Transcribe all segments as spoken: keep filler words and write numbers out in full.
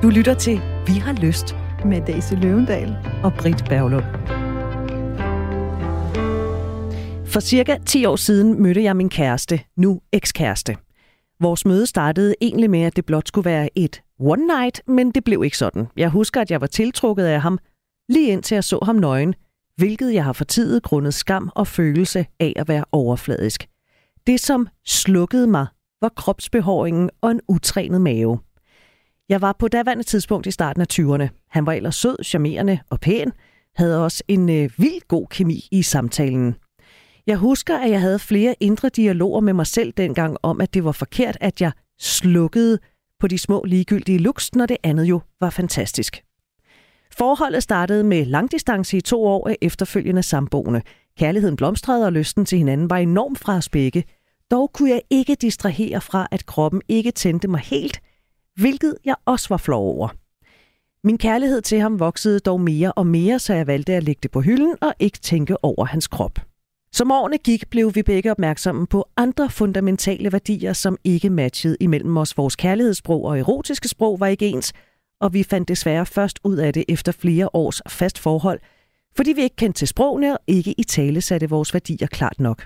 Du lytter til Vi har lyst med Daisy Løvendal og Britt Berglund. For cirka ti år siden mødte jeg min kæreste, nu ekskæreste. Vores møde startede egentlig med, at det blot skulle være et one night, men det blev ikke sådan. Jeg husker, at jeg var tiltrukket af ham, lige indtil jeg så ham nøgen, hvilket jeg har fortidet grundet skam og følelse af at være overfladisk. Det, som slukkede mig, var kropsbehåringen og en utrænet mave. Jeg var på daværende tidspunkt i starten af tyverne. Han var ellers sød, charmerende og pæn, havde også en øh, vildt god kemi i samtalen. Jeg husker, at jeg havde flere indre dialoger med mig selv dengang om, at det var forkert, at jeg slukkede på de små ligegyldige looks, når det andet jo var fantastisk. Forholdet startede med langdistance i to år af efterfølgende samboende. Kærligheden blomstrede, og lysten til hinanden var enorm fra os begge. Dog kunne jeg ikke distrahere fra, at kroppen ikke tændte mig helt, hvilket jeg også var flov over. Min kærlighed til ham voksede dog mere og mere, så jeg valgte at lægge det på hylden og ikke tænke over hans krop. Som årene gik, blev vi begge opmærksomme på andre fundamentale værdier, som ikke matchede imellem os. Vores kærlighedssprog og erotiske sprog var ikke ens, og vi fandt desværre først ud af det efter flere års fast forhold, fordi vi ikke kendte til sprogene og ikke i tale satte vores værdier klart nok.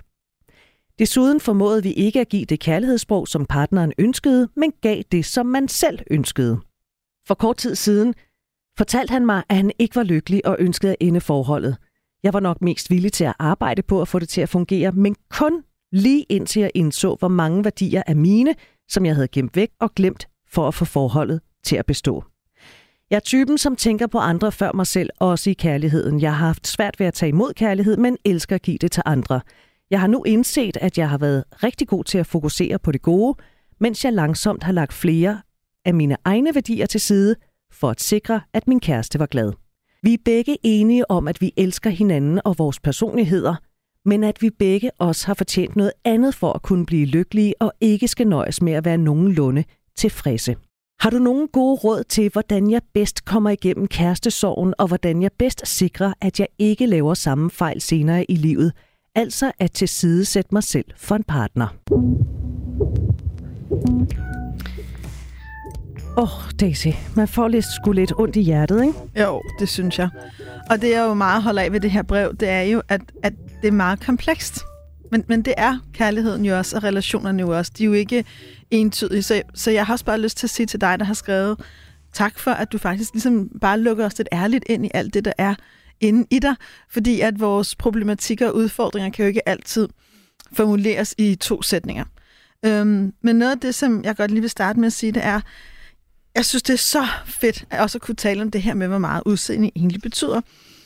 Desuden formåede vi ikke at give det kærlighedssprog, som partneren ønskede, men gav det, som man selv ønskede. For kort tid siden fortalte han mig, at han ikke var lykkelig og ønskede at ende forholdet. Jeg var nok mest villig til at arbejde på at få det til at fungere, men kun lige indtil jeg indså, hvor mange værdier af mine, som jeg havde gemt væk og glemt for at få forholdet til at bestå. Jeg er typen, som tænker på andre før mig selv, også i kærligheden. Jeg har haft svært ved at tage imod kærlighed, men elsker at give det til andre. Jeg har nu indset, at jeg har været rigtig god til at fokusere på det gode, mens jeg langsomt har lagt flere af mine egne værdier til side for at sikre, at min kæreste var glad. Vi er begge enige om, at vi elsker hinanden og vores personligheder, men at vi begge også har fortjent noget andet for at kunne blive lykkelige og ikke skal nøjes med at være nogenlunde tilfredse. Har du nogle gode råd til, hvordan jeg bedst kommer igennem kærestesorgen, og hvordan jeg bedst sikrer, at jeg ikke laver samme fejl senere i livet? Altså at tilsidesætte mig selv for en partner. Åh, oh, Daisy, man får lidt, sgu lidt ondt i hjertet, ikke? Jo, det synes jeg. Og det jeg jo meget holder af ved det her brev, det er jo, at, at det er meget komplekst. Men, men det er kærligheden jo også, og relationerne jo også. De er jo ikke entydige. Så, så jeg har også bare lyst til at sige til dig, der har skrevet, tak for, at du faktisk ligesom bare lukker os lidt ærligt ind i alt det, der er inde i dig. Fordi at vores problematikker og udfordringer kan jo ikke altid formuleres i to sætninger. Øhm, men noget af det, som jeg godt lige vil starte med at sige, det er, jeg synes, det er så fedt at også kunne tale om det her med, hvor meget udseende egentlig betyder.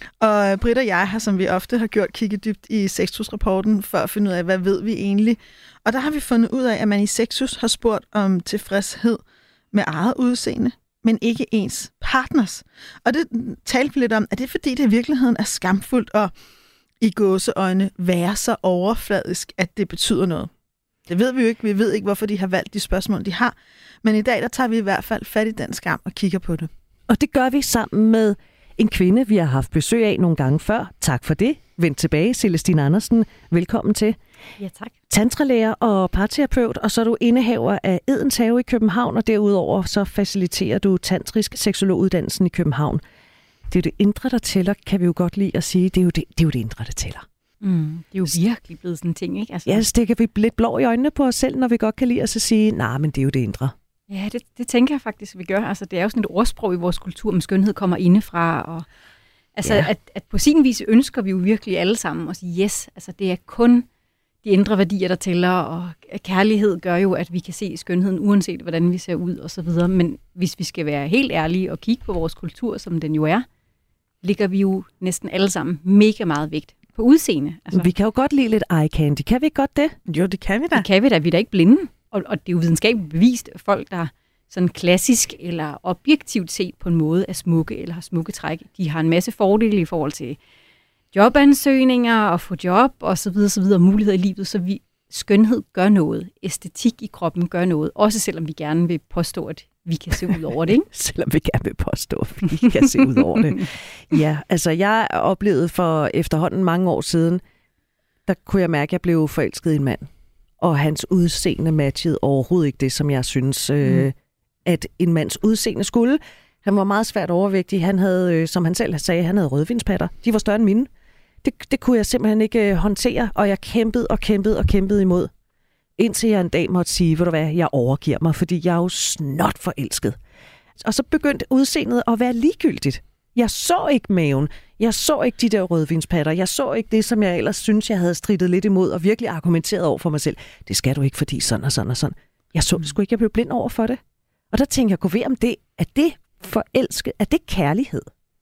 Og Britt og jeg har, som vi ofte har gjort, kigget dybt i Sexus-rapporten for at finde ud af, hvad ved vi egentlig. Og der har vi fundet ud af, at man i Sexus har spurgt om tilfredshed med eget udseende, men ikke ens partners. Og det talte vi lidt om, at det er fordi, det i virkeligheden er skamfuldt at i gåseøjne være så overfladisk, at det betyder noget. Det ved vi jo ikke. Vi ved ikke, hvorfor de har valgt de spørgsmål, de har. Men i dag, der tager vi i hvert fald fat i den skam og kigger på det. Og det gør vi sammen med en kvinde, vi har haft besøg af nogle gange før. Tak for det. Vend tilbage, Celestine Andersen. Velkommen til. Ja, tak. Tantralærer og parterapeut, og så er du indehaver af Edens Have i København, og derudover så faciliterer du tantrisk seksologuddannelsen i København. Det er det indre, der tæller, kan vi jo godt lide at sige. Det er jo det, det, er jo det indre, der tæller. Mm, det er jo virkelig blevet sådan en ting, ikke? Altså... Ja, så stikker vi lidt blå i øjnene på os selv, når vi godt kan lide at sige, nej, nah, men det er jo det indre. Ja, det, det tænker jeg faktisk, vi gør. Altså, det er jo sådan et ordsprog i vores kultur, om skønhed kommer indefra. Og, altså, ja. at, at på sin vis ønsker vi jo virkelig alle sammen at sige, yes, altså, det er kun de indre værdier, der tæller, og kærlighed gør jo, at vi kan se skønheden, uanset hvordan vi ser ud og så videre. Men hvis vi skal være helt ærlige og kigge på vores kultur, som den jo er, ligger vi jo næsten alle sammen mega meget vægt på udseende. Altså, vi kan jo godt lide lidt eye candy. Kan vi godt det? Jo, det kan vi da. Det kan vi da. Vi er da ikke blinde. Og, og det er jo videnskabeligt bevist, at folk, der sådan klassisk eller objektivt set på en måde er smukke eller har smukke træk, de har en masse fordele i forhold til jobansøgninger og få job og så videre, så videre, muligheder i livet. Så vi, skønhed gør noget. Æstetik i kroppen gør noget. Også selvom vi gerne vil påstå, at vi kan se ud over det, ikke? Selvom vi gerne vil påstå, at vi kan se ud over det. Ja, altså jeg oplevede for efterhånden mange år siden, der kunne jeg mærke, at jeg blev forelsket i en mand. Og hans udseende matchede overhovedet ikke det, som jeg synes, øh, at en mands udseende skulle. Han var meget svært overvægtig. Han havde, øh, som han selv sagde, han havde rødvinspatter. De var større end mine. Det, det kunne jeg simpelthen ikke øh, håndtere, og jeg kæmpede og kæmpede og kæmpede imod. Indtil jeg en dag måtte sige, ved du hvad, jeg overgiver mig, fordi jeg er jo snot forelsket. Og så begyndte udseendet at være ligegyldigt. Jeg så ikke maven. Jeg så ikke de der rødvinspatter. Jeg så ikke det, som jeg ellers synes, jeg havde strittet lidt imod og virkelig argumenteret over for mig selv. Det skal du ikke, fordi sådan og sådan og sådan. Jeg så det sgu ikke. Jeg blev blind over for det. Og der tænker jeg, gå ved om det. Er det forelsket? Er det kærlighed?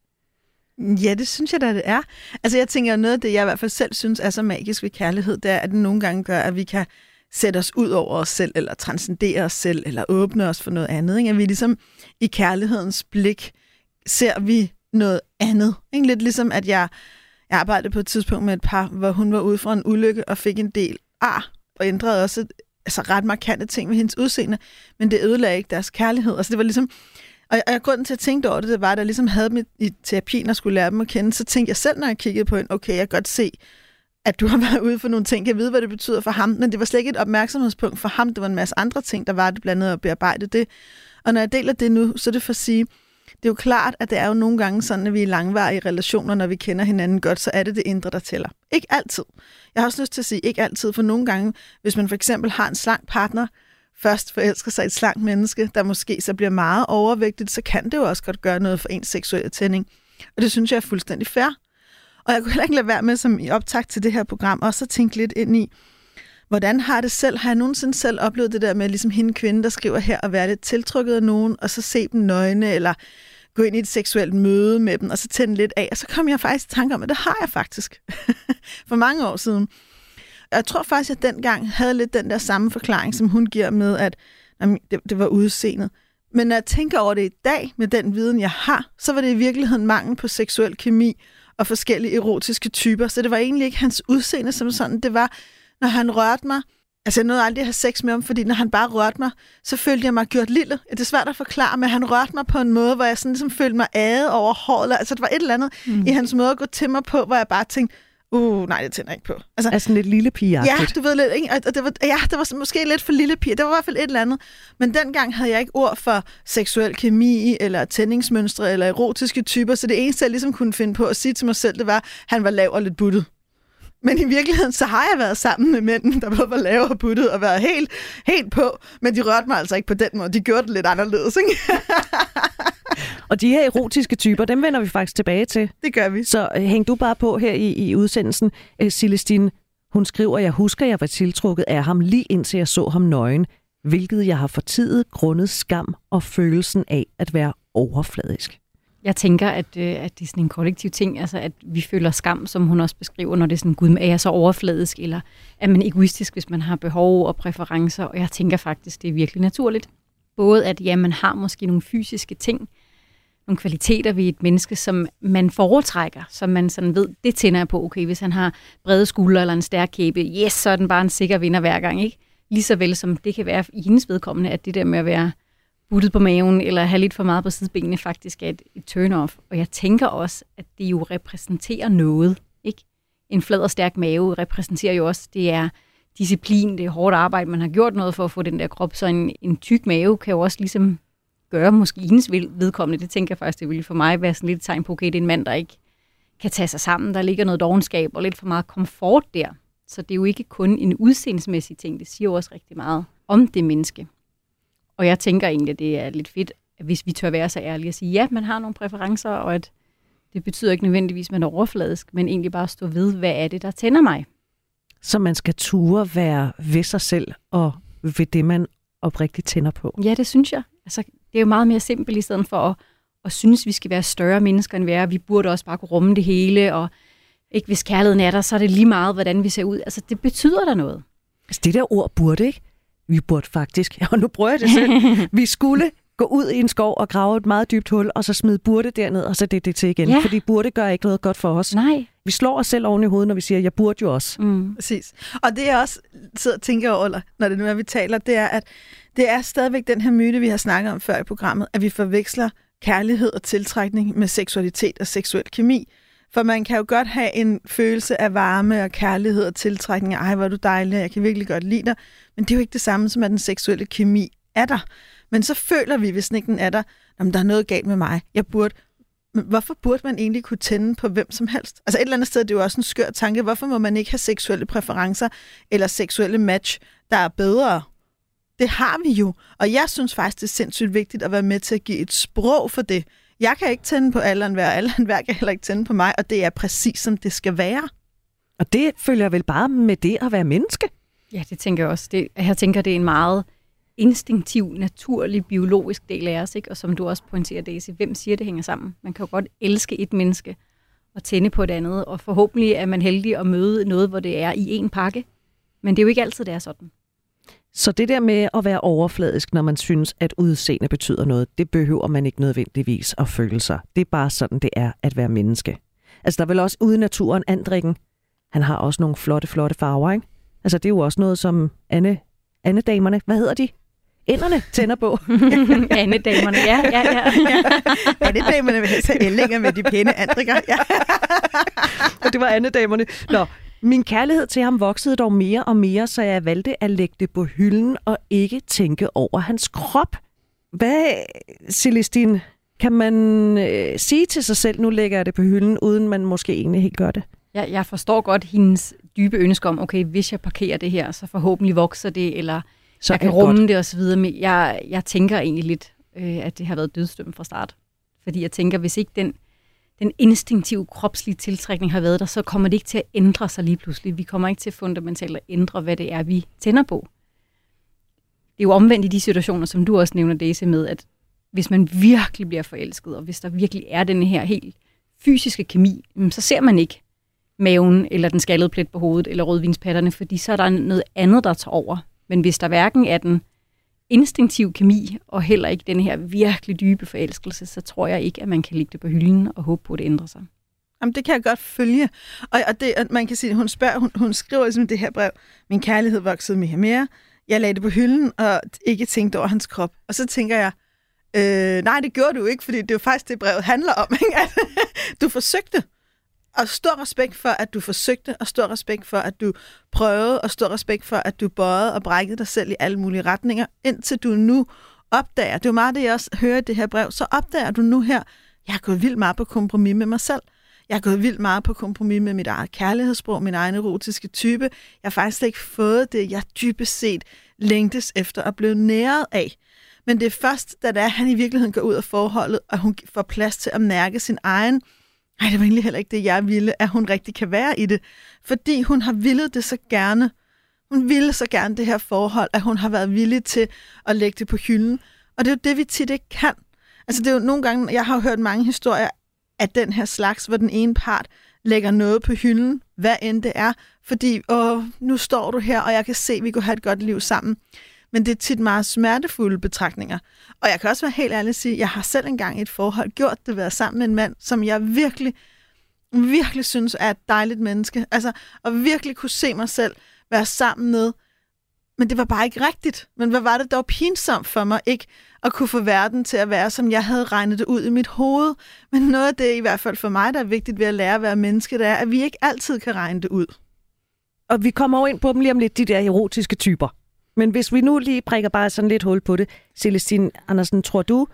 Ja, det synes jeg da, det er. Altså jeg tænker, noget af det, jeg i hvert fald selv synes er så magisk ved kærlighed, det er, at det nogle gange gør, at vi kan sætte os ud over os selv, eller transcendere os selv, eller åbne os for noget andet. Ikke? At vi ligesom i kærlighedens blik ser vi noget andet. Ikke? Lidt ligesom, at jeg, jeg arbejdede på et tidspunkt med et par, hvor hun var ude fra en ulykke og fik en del ar, og ændrede også altså ret markante ting ved hendes udseende, men det ødelagde ikke deres kærlighed. Altså det var ligesom, og jeg, og grunden til at tænke over det, det var, at jeg ligesom havde dem i terapien og skulle lære dem at kende, så tænkte jeg selv, når jeg kiggede på hende, okay, jeg kan godt se, at du har været ude for nogle ting, jeg ved, hvad det betyder for ham, men det var slet ikke et opmærksomhedspunkt for ham, det var en masse andre ting, der var det blandt andet at bearbejde det. Og når jeg deler det nu, så er det for at sige, det er jo klart, at det er jo nogle gange sådan, at vi er langvarige relationer, når vi kender hinanden godt, så er det det indre, der tæller. Ikke altid. Jeg har også lyst til at sige, ikke altid, for nogle gange, hvis man for eksempel har en slank partner, først forelsker sig et slankt menneske, der måske så bliver meget overvægtigt, så kan det jo også godt gøre noget for ens seksuelle tænding. Og det synes jeg er fuldstændig fair. Og jeg kunne heller ikke lade være med, som i optakt til det her program, også at tænke lidt ind i, hvordan har det selv, har jeg nogensinde selv oplevet det der med, ligesom hende kvinde, der skriver her, at være lidt tiltrykket af nogen, og så se dem nøgne, eller gå ind i et seksuelt møde med dem, og så tænde lidt af. Og så kom jeg faktisk i tanke om, at det har jeg faktisk for mange år siden. Og jeg tror faktisk, at jeg dengang havde lidt den der samme forklaring, som hun giver med, at jamen, det, det var udseendet. Men når jeg tænker over det i dag, med den viden, jeg har, så var det i virkeligheden mangel på seksuel kemi og forskellige erotiske typer. Så det var egentlig ikke hans udseende som sådan. Det var, når han rørte mig. Altså, jeg nåede aldrig at have sex med ham, fordi når han bare rørte mig, så følte jeg mig gjort lille. Det er svært at forklare, men han rørte mig på en måde, hvor jeg sådan ligesom følte mig adet over håret. Altså, det var et eller andet mm. i hans måde at gå til mig på, hvor jeg bare tænkte, uh, nej, det tænder jeg ikke på. Altså, altså lidt lille pige-agtigt. Ja, du ved lidt, ikke? Og det var, ja, det var måske lidt for lille pige. Det var i hvert fald et eller andet. Men dengang havde jeg ikke ord for seksuel kemi, eller tændingsmønstre, eller erotiske typer, så det eneste, jeg ligesom kunne finde på at sige til mig selv, det var, at han var lav og lidt buttet. Men i virkeligheden, så har jeg været sammen med mænd, der både var lave og buttet og været helt, helt på, men de rørte mig altså ikke på den måde. De gjorde det lidt anderledes, ikke? Og de her erotiske typer, dem vender vi faktisk tilbage til. Det gør vi. Så øh, hæng du bare på her i, i udsendelsen. Æ, Celestine, hun skriver, jeg husker, jeg var tiltrukket af ham lige indtil jeg så ham nøgen, hvilket jeg har fortidet grundet skam og følelsen af at være overfladisk. Jeg tænker, at, øh, at det er sådan en kollektiv ting, altså at vi føler skam, som hun også beskriver, når det er sådan, gud, er jeg så overfladisk, eller er man egoistisk, hvis man har behov og præferencer, og jeg tænker faktisk, det er virkelig naturligt. Både at, ja, man har måske nogle fysiske ting, nogle kvaliteter ved et menneske, som man foretrækker, som man sådan ved, det tænder jeg på, okay, hvis han har brede skuldre eller en stærk kæbe, yes, så er den bare en sikker vinder hver gang, ikke? Lige så vel som det kan være i hendes vedkommende, at det der med at være buttet på maven, eller have lidt for meget på sidebenene, faktisk er et, et turn-off. Og jeg tænker også, at det jo repræsenterer noget, ikke? En flad og stærk mave repræsenterer jo også, det er disciplin, det er hårdt arbejde, man har gjort noget for at få den der krop, så en, en tyk mave kan jo også ligesom gøre måske hendes vedkommende. Det tænker jeg faktisk, det ville for mig være sådan lidt et tegn på, okay, det er en mand, der ikke kan tage sig sammen, der ligger noget dovenskab og lidt for meget komfort der. Så det er jo ikke kun en udseendemæssig ting, det siger jo også rigtig meget om det menneske. Og jeg tænker egentlig, at det er lidt fedt, at hvis vi tør være så ærlige og sige, ja, man har nogle præferencer, og at det betyder ikke nødvendigvis, at man er overfladisk, men egentlig bare stå ved, hvad er det, der tænder mig. Så man skal ture være ved sig selv, og ved det, man oprigtigt tænder på. Ja, det synes jeg. Altså, det er jo meget mere simpelt, i stedet for at, at synes, at vi skal være større mennesker, end vi er. Vi burde også bare kunne rumme det hele, og ikke hvis kærligheden er der, så er det lige meget, hvordan vi ser ud. Altså, det betyder der noget. Altså, det der ord burde, ikke? Vi burde faktisk, og nu prøver jeg det selv, vi skulle gå ud i en skov og grave et meget dybt hul, og så smide burde derned, og så det det til igen. Ja. Fordi burde gør ikke noget godt for os. Nej. Vi slår os selv oven i hovedet, når vi siger, jeg burde jo også. Mm. Præcis. Og det jeg også sidder og tænker over, når det nu er, vi taler, det er, at det er stadigvæk den her myte, vi har snakket om før i programmet, at vi forveksler kærlighed og tiltrækning med seksualitet og seksuel kemi. For man kan jo godt have en følelse af varme og kærlighed og tiltrækning. Ej, hvor er du dejlig, jeg kan virkelig godt lide dig. Men det er jo ikke det samme som, at den seksuelle kemi er der. Men så føler vi, hvis ikke den er der, jamen, der er noget galt med mig. Jeg burde... Men hvorfor burde man egentlig kunne tænde på hvem som helst? Altså et eller andet sted, det er jo også en skør tanke. Hvorfor må man ikke have seksuelle præferencer eller seksuelle match, der er bedre? Det har vi jo. Og jeg synes faktisk, det er sindssygt vigtigt at være med til at give et sprog for det. Jeg kan ikke tænde på alle enhver, alle enhver kan heller ikke tænde på mig, og det er præcis, som det skal være. Og det følger vel bare med det at være menneske? Ja, det tænker jeg også. Det, jeg tænker, det er en meget instinktiv, naturlig, biologisk del af os, ikke? Og som du også pointerer, Daisy, hvem siger, det hænger sammen? Man kan jo godt elske et menneske og tænde på et andet, og forhåbentlig er man heldig at møde noget, hvor det er i en pakke. Men det er jo ikke altid, det er sådan. Så det der med at være overfladisk, når man synes, at udseende betyder noget, det behøver man ikke nødvendigvis at føle sig. Det er bare sådan, det er at være menneske. Altså, der er vel også ude i naturen, Andrikken, han har også nogle flotte, flotte farver, ikke? Altså, det er jo også noget, som Anne, Anne-damerne, hvad hedder de? Ænderne tænder på. Anne-damerne, ja, ja, ja. Anne-damerne vil have så ællinger med de pæne Andrikker. Ja. Og det var Anne-damerne. Nå, min kærlighed til ham voksede dog mere og mere, så jeg valgte at lægge det på hylden og ikke tænke over hans krop. Hvad, Celestine, kan man øh, sige til sig selv, nu lægger jeg det på hylden, uden man måske egentlig helt gør det? Jeg, jeg forstår godt hendes dybe ønske om, okay, hvis jeg parkerer det her, så forhåbentlig vokser det, eller så jeg kan rumme godt det osv. Men jeg, jeg tænker egentlig lidt, øh, at det har været dødsdømt fra start. Fordi jeg tænker, hvis ikke den, den instinktive kropslige tiltrækning har været der, så kommer det ikke til at ændre sig lige pludselig. Vi kommer ikke til fundamentalt at ændre, hvad det er, vi tænder på. Det er jo omvendt i de situationer, som du også nævner, Daisy, med, at hvis man virkelig bliver forelsket, og hvis der virkelig er den her helt fysiske kemi, så ser man ikke maven, eller den skaldede plet på hovedet, eller rødvinspatterne, fordi så er der noget andet, der tager over. Men hvis der hverken er den instinktive kemi, og heller ikke den her virkelig dybe forelskelse, så tror jeg ikke, at man kan lægge det på hylden og håbe på, at det ændrer sig. Jamen, det kan jeg godt følge. Og, og det, at man kan sige, hun spørger, hun, hun skriver ligesom det her brev, min kærlighed voksede mere og mere, jeg lagde det på hylden, og ikke tænkte over hans krop. Og så tænker jeg, øh, nej, det gjorde du ikke, fordi det er jo faktisk det, brevet handler om, ikke? At du forsøgte. Og stor respekt for, at du forsøgte, og stor respekt for, at du prøvede, og stor respekt for, at du bøjede og brækkede dig selv i alle mulige retninger, indtil du nu opdager, det er jo meget det, jeg også hører i det her brev, så opdager du nu her, jeg har gået vildt meget på kompromis med mig selv. Jeg har gået vildt meget på kompromis med mit eget kærlighedssprog, min egen erotiske type. Jeg har faktisk slet ikke fået det, jeg dybest set længtes efter at blive næret af. Men det er først, da det er, han i virkeligheden går ud af forholdet, og hun får plads til at mærke sin egen, nej, det var egentlig heller ikke det, jeg ville, at hun rigtig kan være i det. Fordi hun har villet det så gerne. Hun ville så gerne det her forhold, at hun har været villig til at lægge det på hylden. Og det er jo det, vi tit ikke kan. Altså det er jo nogle gange, jeg har hørt mange historier af den her slags, hvor den ene part lægger noget på hylden, hvad end det er. Fordi, åh, nu står du her, og jeg kan se, at vi kunne have et godt liv sammen. Men det er tit meget smertefulde betragtninger. Og jeg kan også være helt ærlig at sige, at jeg har selv engang i et forhold gjort det, været sammen med en mand, som jeg virkelig, virkelig synes er et dejligt menneske. Altså, at virkelig kunne se mig selv være sammen med. Men det var bare ikke rigtigt. Men hvad var det, der var pinsomt for mig, ikke at kunne få verden til at være, som jeg havde regnet det ud i mit hoved. Men noget af det, i hvert fald for mig, der er vigtigt ved at lære at være menneske, det er, at vi ikke altid kan regne det ud. Og vi kommer jo ind på dem lige om lidt, de der erotiske typer. Men hvis vi nu lige prikker bare sådan lidt hul på det, Celestine Andersen, tror du,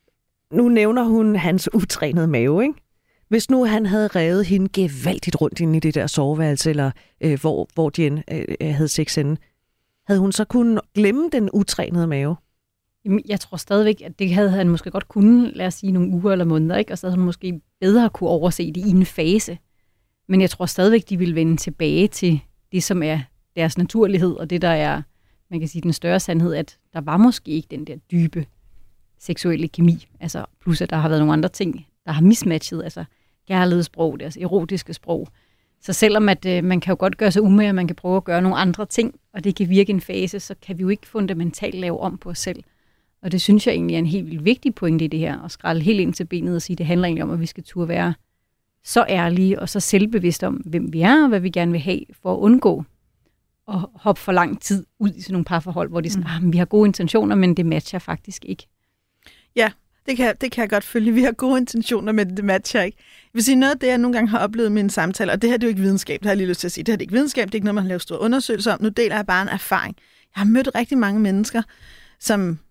nu nævner hun hans utrænede mave, ikke? Hvis nu han havde revet hende gevaldigt rundt inde i det der soveværelse, eller øh, hvor, hvor de end, øh, havde sex henne, havde hun så kunnet glemme den utrænede mave? Jeg tror stadigvæk, at det havde han måske godt kunne, lad os sige, nogle uger eller måneder, ikke? Og så havde han måske bedre kunne overse det i en fase. Men jeg tror stadigvæk, de ville vende tilbage til det, som er deres naturlighed, og det, der er, man kan sige, den større sandhed, at der var måske ikke den der dybe seksuelle kemi. Altså, plus at der har været nogle andre ting, der har mismatchet, altså kærlighedssprog, deres erotiske sprog. Så selvom at øh, man kan jo godt gøre sig umage, man kan prøve at gøre nogle andre ting, og det kan virke en fase, så kan vi jo ikke fundamentalt lave om på os selv. Og det synes jeg egentlig er en helt vildt vigtig pointe i det her, at skrælle helt ind til benet og sige, at det handler egentlig om, at vi skal turde være så ærlige og så selvbevidste om, hvem vi er og hvad vi gerne vil have for at undgå at hoppe for lang tid ud i sådan nogle parforhold, hvor de sådan, ah, vi har gode intentioner, men det matcher faktisk ikke. Ja, det kan, det kan jeg godt følge. Vi har gode intentioner, men det matcher ikke. Jeg vil sige, noget af det, jeg nogle gange har oplevet i mine samtaler, og det her det er jo ikke videnskab, det har jeg lige lyst til at sige. Det her det er ikke videnskab, det er ikke noget, man har lavet store undersøgelser om. Nu deler jeg bare en erfaring. Jeg har mødt rigtig mange mennesker, som,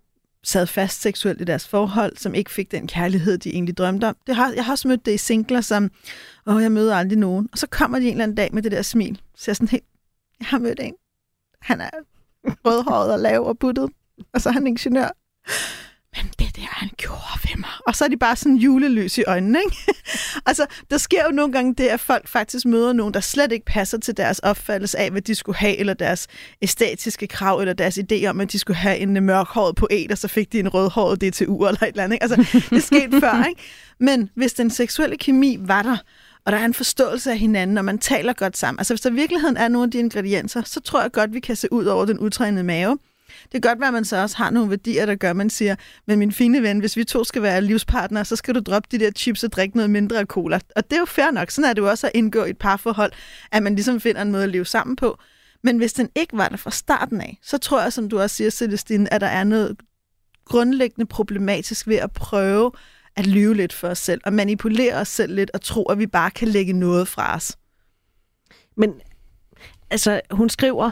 sad fast seksuelt i deres forhold, som ikke fik den kærlighed, de egentlig drømte om. Det har, jeg har også mødt det i singler, som, åh, jeg møder aldrig nogen. Og så kommer de en eller anden dag med det der smil. Så jeg sådan helt, jeg har mødt en. Han er rødhåret og lav og buttet, og så er han ingeniør. Men det der, han gjorde ved mig. Og så er de bare sådan julelys i øjnene, ikke? Altså, der sker jo nogle gange det, at folk faktisk møder nogen, der slet ikke passer til deres opfattelse af, hvad de skulle have, eller deres æstetiske krav, eller deres idé om, at de skulle have en mørkhåret poet, og så fik de en rødhåret D T U eller et eller andet, ikke? Altså, det skete før, ikke? Men hvis den seksuelle kemi var der, og der er en forståelse af hinanden, og man taler godt sammen, altså hvis der i virkeligheden er nogle af de ingredienser, så tror jeg godt, vi kan se ud over den utrænede mave. Det kan godt være, at man så også har nogle værdier, der gør, at man siger, men min fine ven, hvis vi to skal være livspartnere, så skal du droppe de der chips og drikke noget mindre af cola. Og det er jo fair nok. Sådan er det jo også at indgå i et parforhold, at man ligesom finder en måde at leve sammen på. Men hvis den ikke var der fra starten af, så tror jeg, som du også siger, Celestine, at der er noget grundlæggende problematisk ved at prøve at lyve lidt for os selv, og manipulere os selv lidt, og tro, at vi bare kan lægge noget fra os. Men altså, hun skriver,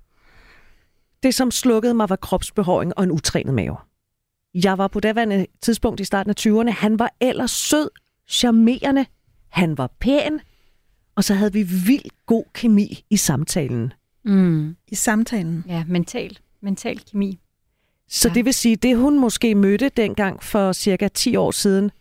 det, som slukkede mig, var kropsbehåring og en utrænet mave. Jeg var på daværende tidspunkt i starten af tyverne. Han var ellers sød, charmerende. Han var pæn. Og så havde vi vildt god kemi i samtalen. Mm. I samtalen? Ja, mental. Mental kemi. Så ja. Det vil sige, det hun måske mødte dengang for cirka ti år siden,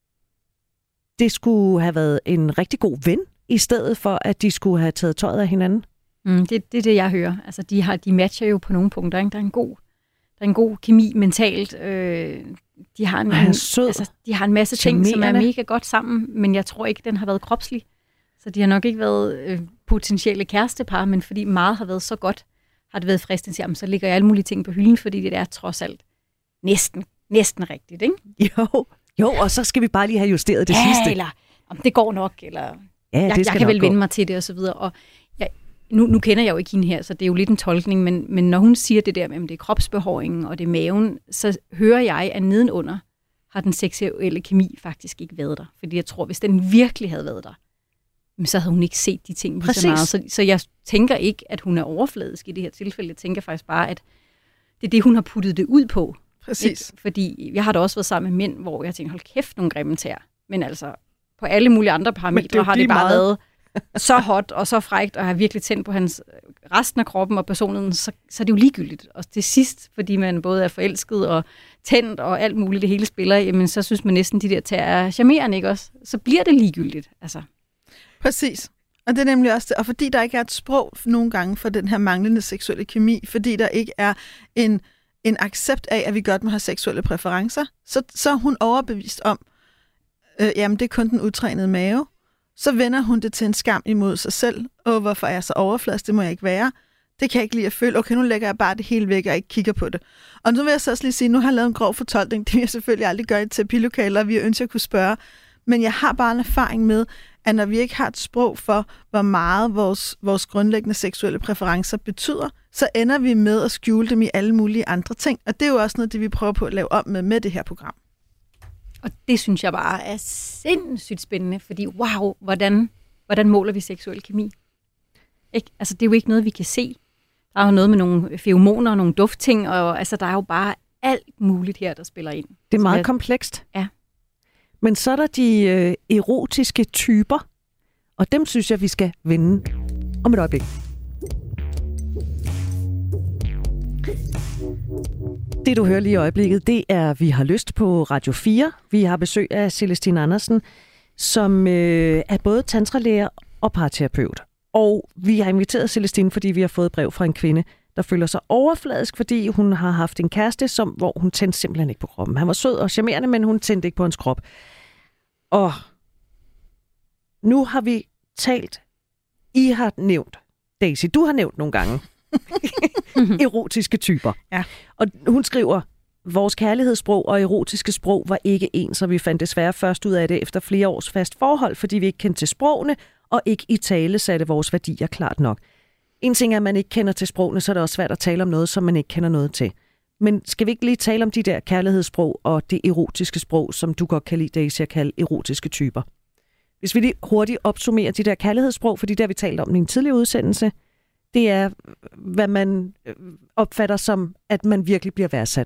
det skulle have været en rigtig god ven, i stedet for, at de skulle have taget tøjet af hinanden. Mm, det, det er det, jeg hører. Altså, de, har, de matcher jo på nogle punkter. Ikke? Der er en god, der er en god kemi mentalt. Øh, de, har en, en, sød, altså, de har en masse ting, som er mega godt sammen, men jeg tror ikke, den har været kropslig. Så de har nok ikke været øh, potentielle kærestepar, men fordi meget har været så godt, har det været fristende til, så ligger jeg alle mulige ting på hylden, fordi det er trods alt næsten, næsten rigtigt, ikke? Jo, jo, og så skal vi bare lige have justeret det ja, sidste. eller om det går nok, eller ja, jeg, det jeg kan vel gå. Vende mig til det, og så videre. Og jeg, nu, nu kender jeg jo ikke hende her, så det er jo lidt en tolkning, men, men når hun siger det der med, at det er kropsbehåringen, og det er maven, så hører jeg, at nedenunder har den seksuelle kemi faktisk ikke været der. Fordi jeg tror, hvis den virkelig havde været der, så havde hun ikke set de ting lige så meget. Så, så jeg tænker ikke, at hun er overfladisk i det her tilfælde. Jeg tænker faktisk bare, at det er det, hun har puttet det ud på. Præcis. Ikke? Fordi jeg har da også været sammen med mænd, hvor jeg tænker, hold kæft, nogle grimme tæer. Men altså, på alle mulige andre parametre det har det bare meget. Været så hot og så frækt, og har virkelig tændt på hans resten af kroppen og personen, så, så er det jo ligegyldigt. Og til sidst, fordi man både er forelsket og tændt og alt muligt, det hele spiller, jamen så synes man næsten, de der tæer er charmerende, ikke også? Så bliver det ligegyldigt, altså. Præcis. Og det er nemlig også det. Og fordi der ikke er et sprog nogle gange for den her manglende seksuelle kemi, fordi der ikke er en, en accept af, at vi godt må have seksuelle præferencer, så, så er hun overbevist om, øh, jamen det er kun den utrænede mave. Så vender hun det til en skam imod sig selv. Åh, hvorfor er jeg så overfladisk? Det må jeg ikke være. Det kan jeg ikke lide at føle. Okay, nu lægger jeg bare det hele væk og ikke kigger på det. Og nu vil jeg så også lige sige, nu har jeg lavet en grov fortolkning. Det vil jeg selvfølgelig aldrig gøre i terapilokaler, og vi ønsker at kunne spørge. Men jeg har bare en erfaring med, at når vi ikke har et sprog for, hvor meget vores, vores grundlæggende seksuelle præferencer betyder, så ender vi med at skjule dem i alle mulige andre ting. Og det er jo også noget, det vi prøver på at lave om med med det her program. Og det synes jeg bare er sindssygt spændende, fordi wow, hvordan, hvordan måler vi seksuel kemi? Ikke? Altså, det er jo ikke noget, vi kan se. Der er jo noget med nogle feromoner og nogle duftting, og altså, der er jo bare alt muligt her, der spiller ind. Det er meget jeg... komplekst. Ja. Men så er der de øh, erotiske typer, og dem synes jeg, vi skal vende om et øjeblik. Det, du hører lige i øjeblikket, det er Vi har lyst på Radio fire. Vi har besøg af Celestine Andersen, som øh, er både tantralærer og parterapeut. Og vi har inviteret Celestine, fordi vi har fået brev fra en kvinde, der føler sig overfladisk, fordi hun har haft en kæreste, som, hvor hun tændte simpelthen ikke på kroppen. Han var sød og charmerende, men hun tændte ikke på hans krop. Og nu har vi talt, I har nævnt, Daisy, du har nævnt nogle gange, erotiske typer. Ja. Og hun skriver, vores kærlighedssprog og erotiske sprog var ikke ens, så vi fandt desværre først ud af det efter flere års fast forhold, fordi vi ikke kendte til sprogene, og ikke i tale satte vores værdier klart nok. En ting er, at man ikke kender til sprogene, så er det også svært at tale om noget, som man ikke kender noget til. Men skal vi ikke lige tale om de der kærlighedssprog og det erotiske sprog, som du godt kan lide, Daisy, at kalde erotiske typer? Hvis vi lige hurtigt opsummerer de der kærlighedssprog, fordi det har vi talt om i en tidligere udsendelse, det er, hvad man opfatter som, at man virkelig bliver værdsat.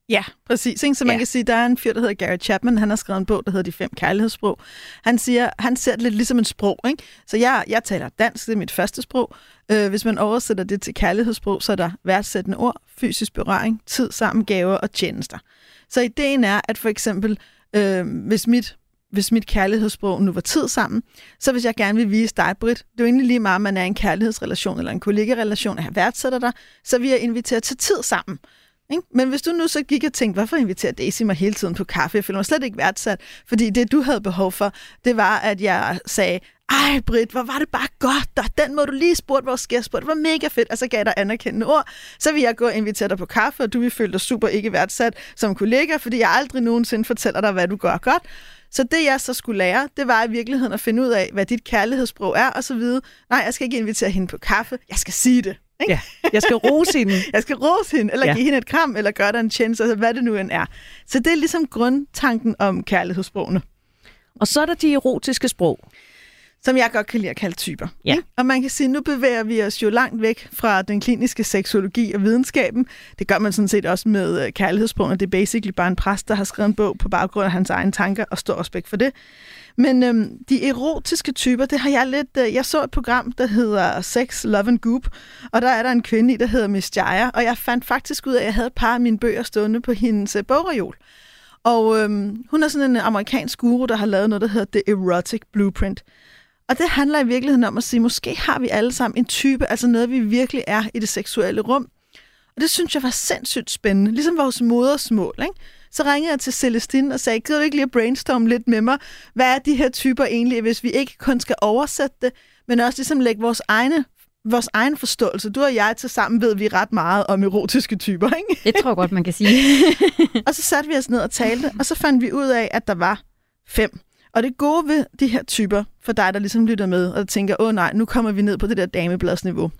Ja, præcis. Ikke? Så man ja. kan sige, der er en fyr, der hedder Gary Chapman. Han har skrevet en bog, der hedder De fem kærlighedssprog. Han siger, han ser det lidt ligesom en sprog. Ikke? Så jeg, jeg taler dansk, det er mit første sprog. Øh, hvis man oversætter det til kærlighedssprog, så er der værdsættende ord, fysisk berøring, tid sammen, gaver og tjenester. Så ideen er, at for eksempel, øh, hvis mit hvis mit kærlighedssprog nu var tid sammen, så hvis jeg gerne vil vise dig, Britt, det er jo egentlig lige meget, om man er i en kærlighedsrelation eller en kollegerelation, at jeg værdsætter dig, så vil jeg invitere til tid sammen. Ikke? Men hvis du nu så gik og tænkte, hvorfor inviterer Daisy mig hele tiden på kaffe? Jeg føler mig slet ikke værdsat, fordi det, du havde behov for, det var, at jeg sagde, ej Britt, hvor var det bare godt, og den måde du lige spurgte vores gæst på, det var mega fedt, og så gav dig anerkendende ord, så vil jeg gå og invitere dig på kaffe, og du vil føle dig super ikke værdsat som kollega, fordi jeg aldrig nogensinde fortæller dig, hvad du gør godt. Så det, jeg så skulle lære, det var i virkeligheden at finde ud af, hvad dit kærlighedssprog er, og så videre. Nej, jeg skal ikke invitere hende på kaffe, jeg skal sige det. Ikke? Ja, jeg skal rose hende. jeg skal rose hende, eller ja. give hende et kram, eller gøre dig en tjeneste, altså hvad det nu end er. Så det er ligesom grundtanken om kærlighedssprogene. Og så er der de erotiske sprog, som jeg godt kan lide at kalde typer. Ja. Ikke? Og man kan sige, nu bevæger vi os jo langt væk fra den kliniske seksologi og videnskaben. Det gør man sådan set også med kærlighedssprogene. Det er basically bare en præst, der har skrevet en bog på baggrund af hans egne tanker, og stor respekt for det. Men øhm, de erotiske typer, det har jeg lidt... Øh, jeg så et program, der hedder Sex, Love and Goop, og der er der en kvinde i, der hedder Miss Jaya, og jeg fandt faktisk ud af, at jeg havde et par af mine bøger stående på hendes øh, bogreol. Og øhm, hun er sådan en amerikansk guru, der har lavet noget, der hedder The Erotic Blueprint. Og det handler i virkeligheden om at sige, måske har vi alle sammen en type, altså noget, vi virkelig er i det seksuelle rum. Og det synes jeg var sindssygt spændende, ligesom vores modersmål, ikke? Så ringede jeg til Celestine og sagde, gider du ikke lige at brainstorme lidt med mig? Hvad er de her typer egentlig, hvis vi ikke kun skal oversætte det, men også ligesom lægge vores egne, vores egen forståelse. Du og jeg til sammen ved vi ret meget om erotiske typer, ikke? Det tror jeg godt, man kan sige. Og så satte vi os ned og talte, og så fandt vi ud af, at der var fem. Og det gode ved de her typer, for dig, der ligesom lytter med, og tænker, åh nej, nu kommer vi ned på det der damebladsniveau.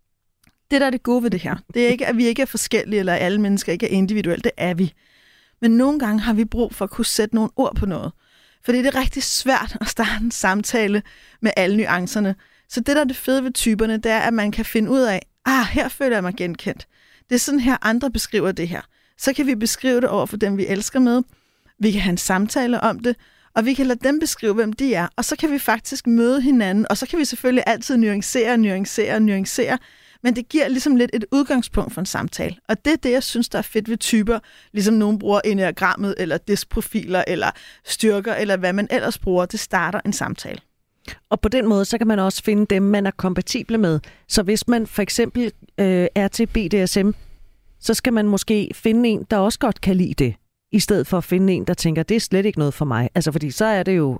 Det, der er det gode ved det her, det er ikke, at vi ikke er forskellige, eller alle mennesker ikke er individuelle. Det er vi. Men nogle gange har vi brug for at kunne sætte nogle ord på noget. Fordi det er rigtig svært at starte en samtale med alle nuancerne. Så det, der er det fede ved typerne, det er, at man kan finde ud af, ah, her føler jeg mig genkendt. Det er sådan her, andre beskriver det her. Så kan vi beskrive det over for dem, vi elsker med. Vi kan have en samtale om det, og vi kan lade dem beskrive, hvem de er. Og så kan vi faktisk møde hinanden, og så kan vi selvfølgelig altid nuancere, nuancere, nuancere. Men det giver ligesom lidt et udgangspunkt for en samtale. Og det er det, jeg synes, der er fedt ved typer, ligesom nogen bruger enneagrammet, eller diskprofiler, eller styrker, eller hvad man ellers bruger. Det starter en samtale. Og på den måde, så kan man også finde dem, man er kompatible med. Så hvis man for eksempel øh, er til B D S M, så skal man måske finde en, der også godt kan lide det, i stedet for at finde en, der tænker, det er slet ikke noget for mig. Altså, fordi så er det jo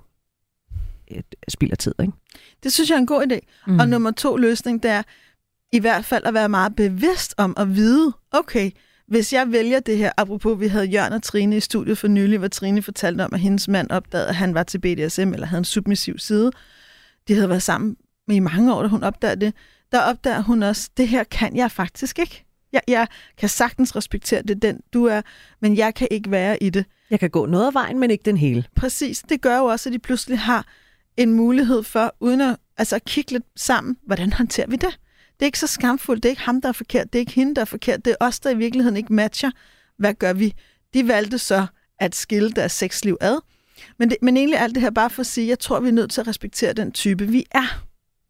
et spild af tid, ikke? Det synes jeg er en god idé. Mm. Og nummer to løsning, det er i hvert fald at være meget bevidst om at vide, okay, hvis jeg vælger det her, apropos vi havde Jørgen og Trine i studiet for nylig, hvor Trine fortalte om, at hendes mand opdagede, at han var til B D S M, eller havde en submissiv side. De havde været sammen i mange år, da hun opdagede det. Der opdager hun også, det her kan jeg faktisk ikke. Jeg, jeg kan sagtens respektere det, den du er, men jeg kan ikke være i det. Jeg kan gå noget af vejen, men ikke den hele. Præcis. Det gør jo også, at de pludselig har en mulighed for, uden at, altså at kigge lidt sammen, hvordan håndterer vi det? Det er ikke så skamfuldt. Det er ikke ham, der er forkert. Det er ikke hende, der er forkert. Det er os, der i virkeligheden ikke matcher. Hvad gør vi? De valgte så at skille deres sexliv ad. Men, det, men egentlig alt det her bare for at sige, jeg tror, vi er nødt til at respektere den type, vi er.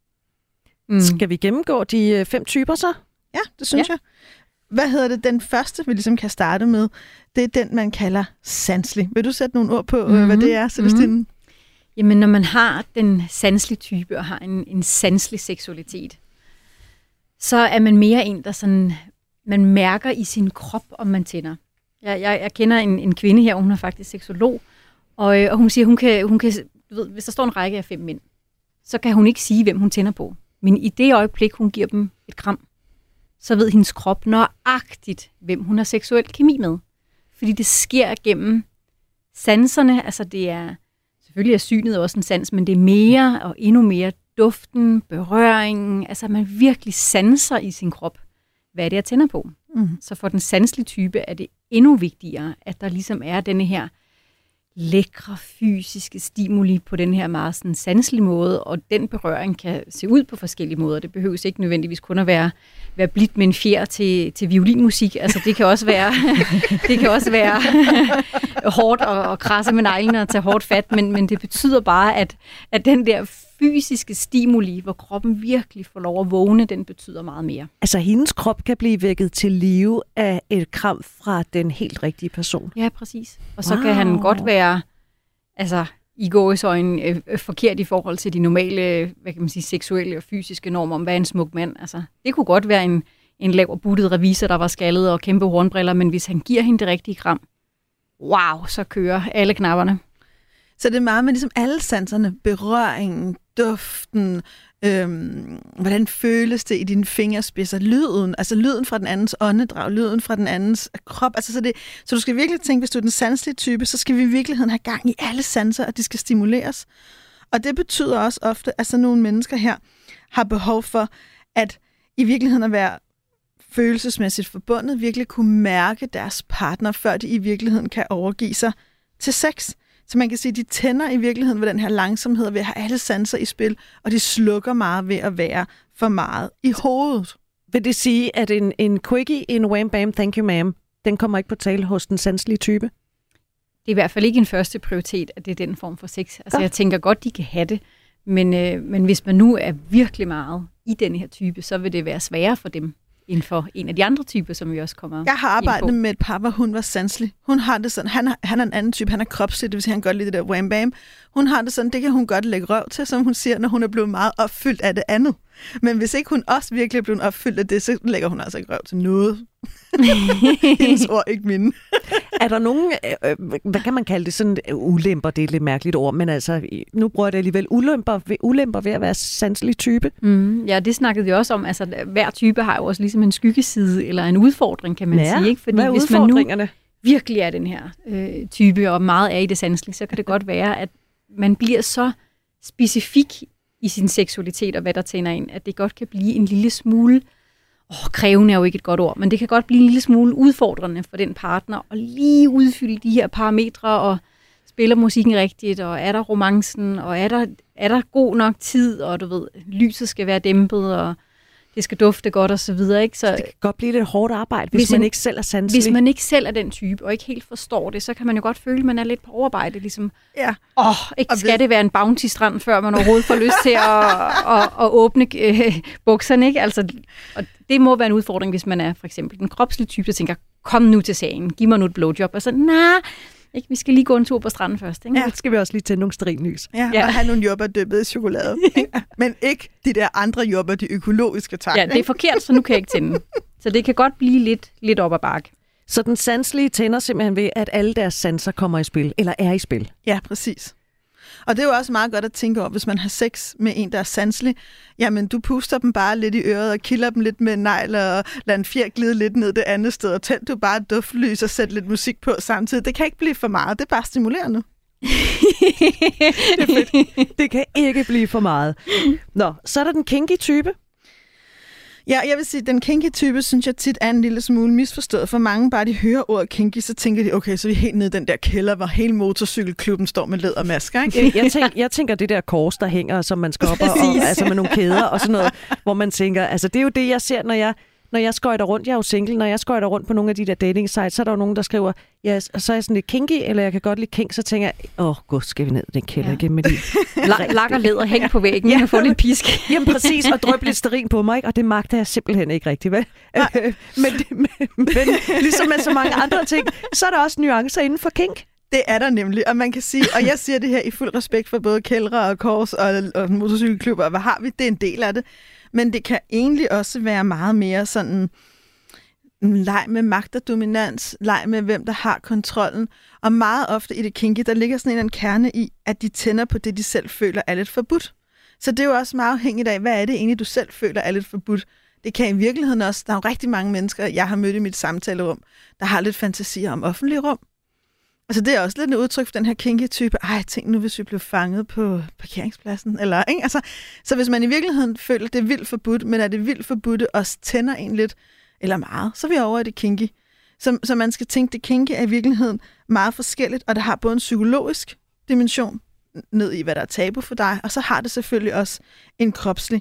Mm. Skal vi gennemgå de fem typer så? Ja, det synes ja. jeg. Hvad hedder det? Den første, vi ligesom kan starte med, det er den, man kalder sanselig. Vil du sætte nogle ord på, mm-hmm. hvad det er, Celestine? Mm-hmm. Jamen, når man har den sanselige type og har en, en sanselig seksualitet, så er man mere en, der sådan, man mærker i sin krop, om man tænder. Jeg, jeg, jeg kender en, en kvinde her, hun er faktisk seksolog, og, og hun siger, hun kan, hun kan, du ved, hvis der står en række af fem mænd, så kan hun ikke sige, hvem hun tænder på. Men i det øjeblik, hun giver dem et kram, så ved hendes krop nøjagtigt, hvem hun har seksuel kemi med. Fordi det sker gennem sanserne, altså det er, selvfølgelig er synet også en sans, men det er mere og endnu mere duften, berøringen, altså man virkelig sanser i sin krop, hvad det er, tænder på. Mm. Så for den sanselige type er det endnu vigtigere, at der ligesom er denne her lækre fysiske stimuli på den her meget sådan sanselige måde, og den berøring kan se ud på forskellige måder. Det behøves ikke nødvendigvis kun at være, være blidt med en fjer til, til violinmusik. Altså det kan også være, det kan også være hårdt og, og krasse med neglene og tage hårdt fat, men, men det betyder bare, at, at den der fysiske stimuli, hvor kroppen virkelig får lov at vågne, den betyder meget mere. Altså hendes krop kan blive vækket til live af et kram fra den helt rigtige person. Ja, præcis. Og så wow. kan han godt være, altså i gåseøjne, øh, forkert i forhold til de normale, hvad kan man sige, seksuelle og fysiske normer om, hvad er en smuk mand. Altså, det kunne godt være en, en lav og buttet revisor, der var skaldet og kæmpe hornbriller, men hvis han giver hende det rigtige kram, wow, så kører alle knapperne. Så det er meget med ligesom alle sanserne, berøringen, duften, øhm, hvordan føles det i dine fingerspidser, lyden, altså lyden fra den andens åndedrag, lyden fra den andens krop. Altså så, det, så du skal virkelig tænke, hvis du er den sanselige type, så skal vi i virkeligheden have gang i alle sanser, og de skal stimuleres. Og det betyder også ofte, at sådan nogle mennesker her har behov for, at i virkeligheden at være følelsesmæssigt forbundet, virkelig kunne mærke deres partner, før de i virkeligheden kan overgive sig til sex. Så man kan sige, at de tænder i virkeligheden ved den her langsomhed, ved at have alle sanser i spil, og de slukker meget ved at være for meget i hovedet. Vil det sige, at en, en quickie, en wham bam, thank you ma'am, den kommer ikke på tale hos den sanselige type? Det er i hvert fald ikke en første prioritet, at det er den form for sex. Altså ja. Jeg tænker godt, de kan have det, men, øh, men hvis man nu er virkelig meget i den her type, så vil det være sværere for dem end for en af de andre typer, som vi også kommer. Jeg har arbejdet med et par, hvor hun var sanselig. Hun har det sådan, han, han er en anden type, han er kropslig, det vil sige, han godt lide det der wham bam. Hun har det sådan, det kan hun godt lægge røv til, som hun siger, når hun er blevet meget opfyldt af det andet. Men hvis ikke hun også virkelig er blevet opfyldt af det, så lægger hun altså ikke røv til noget. Hendes ord, ikke mine. Er der nogen, øh, hvad kan man kalde det, sådan ulemper, det er et lidt mærkeligt ord, men altså, nu bruger jeg det alligevel, ulemper, ulemper ved at være sanselig type? Mm, ja, det snakkede vi også om. Altså, hver type har jo også ligesom en skyggeside, eller en udfordring, kan man ja, sige. Ikke? Fordi hvad er hvis man nu virkelig er den her øh, type, og meget er i det sanselige, så kan det godt være, at man bliver så specifik i sin seksualitet, og hvad der tænder ind, at det godt kan blive en lille smule, åh, krævende er jo ikke et godt ord, men det kan godt blive en lille smule udfordrende for den partner, og lige udfylde de her parametre, og spiller musikken rigtigt, og er der romancen, og er der, er der god nok tid, og du ved, lyset skal være dæmpet, og det skal dufte godt, og så videre, ikke? Så det kan godt blive lidt hårdt arbejde, hvis, hvis man en, ikke selv er sanselig. Hvis man ikke selv er den type, og ikke helt forstår det, så kan man jo godt føle, at man er lidt på overarbejde, ligesom, ja. åh, ikke og skal hvis... det være en bounty-strand, før man overhovedet får lyst til at, at, at åbne øh, bukserne, ikke? Altså, og det må være en udfordring, hvis man er for eksempel den kropslige type, der tænker, kom nu til sagen, giv mig nu et blowjob, og så, nej, ikke, vi skal lige gå en tur på stranden først, ikke? Ja, så skal vi også lige tænde nogle stearinlys. Ja, ja, og have nogle jordbær dyppet i chokolade. Men ikke de der andre jordbær, de økologiske, tak. Ja, det er forkert, så nu kan jeg ikke tænde. Så det kan godt blive lidt, lidt op ad bakke. Så den sanselige tænder simpelthen ved, at alle deres sanser kommer i spil, eller er i spil? Ja, præcis. Og det er jo også meget godt at tænke over, hvis man har sex med en, der er sanselig. Jamen, du puster dem bare lidt i øret og kilder dem lidt med negl og lader en fjer glide lidt ned det andet sted. Og tænd du bare et duftlys og sæt lidt musik på samtidig. Det kan ikke blive for meget. Det er bare stimulerende. Det er fedt. Det kan ikke blive for meget. Nå, så er der den kinky type. Ja, jeg vil sige, at den kinky-type, synes jeg tit er en lille smule misforstået. For mange, bare de hører ordet kinky, så tænker de, okay, så er vi helt nede i den der kælder, hvor hele motorcykelklubben står med lædermasker, ikke? Jeg tænker, jeg tænker det der kors, der hænger, som man skal op og, og altså med nogle kæder og sådan noget, hvor man tænker, altså det er jo det, jeg ser, når jeg Når jeg skøjter rundt, jeg er jo single, når jeg skøjter rundt på nogle af de der dating sites, så er der jo nogen, der skriver, ja, yes, og så er jeg sådan lidt kinky, eller jeg kan godt lide kink, så tænker jeg, åh, oh, gud, skal vi ned i den kælder ja. igen med de... Lak og læder, hæng på væggen, ja. Og få lidt pisk. Jamen præcis, og drøb lidt stearin på mig, ikke? Og det magter jeg simpelthen ikke rigtigt, vel? men, men, men ligesom med så mange andre ting, så er der også nuancer inden for kink. Det er der nemlig, og man kan sige, og jeg siger det her i fuld respekt for både kældre og kors og, og motorcykelklubber, og hvad har vi? Det er en del af det. Men det kan egentlig også være meget mere sådan en leg med magt og dominans, leg med hvem der har kontrollen. Og meget ofte i det kinky, der ligger sådan en, en kerne i, at de tænder på det, de selv føler er lidt forbudt. Så det er jo også meget afhængigt af, hvad er det egentlig, du selv føler er lidt forbudt. Det kan i virkeligheden også, der er jo rigtig mange mennesker, jeg har mødt i mit samtalerum, der har lidt fantasier om offentlige rum. Altså det er også lidt et udtryk for den her kinky-type. Ej, tænk nu, hvis vi blev fanget på parkeringspladsen. Eller, ikke? Altså, så hvis man i virkeligheden føler, at det er vildt forbudt, men er det vildt forbudt også tænder en lidt, eller meget, så er vi over i det kinky. Så, så man skal tænke, det kinky er i virkeligheden meget forskelligt, og det har både en psykologisk dimension ned i, hvad der er tabu for dig, og så har det selvfølgelig også en kropslig.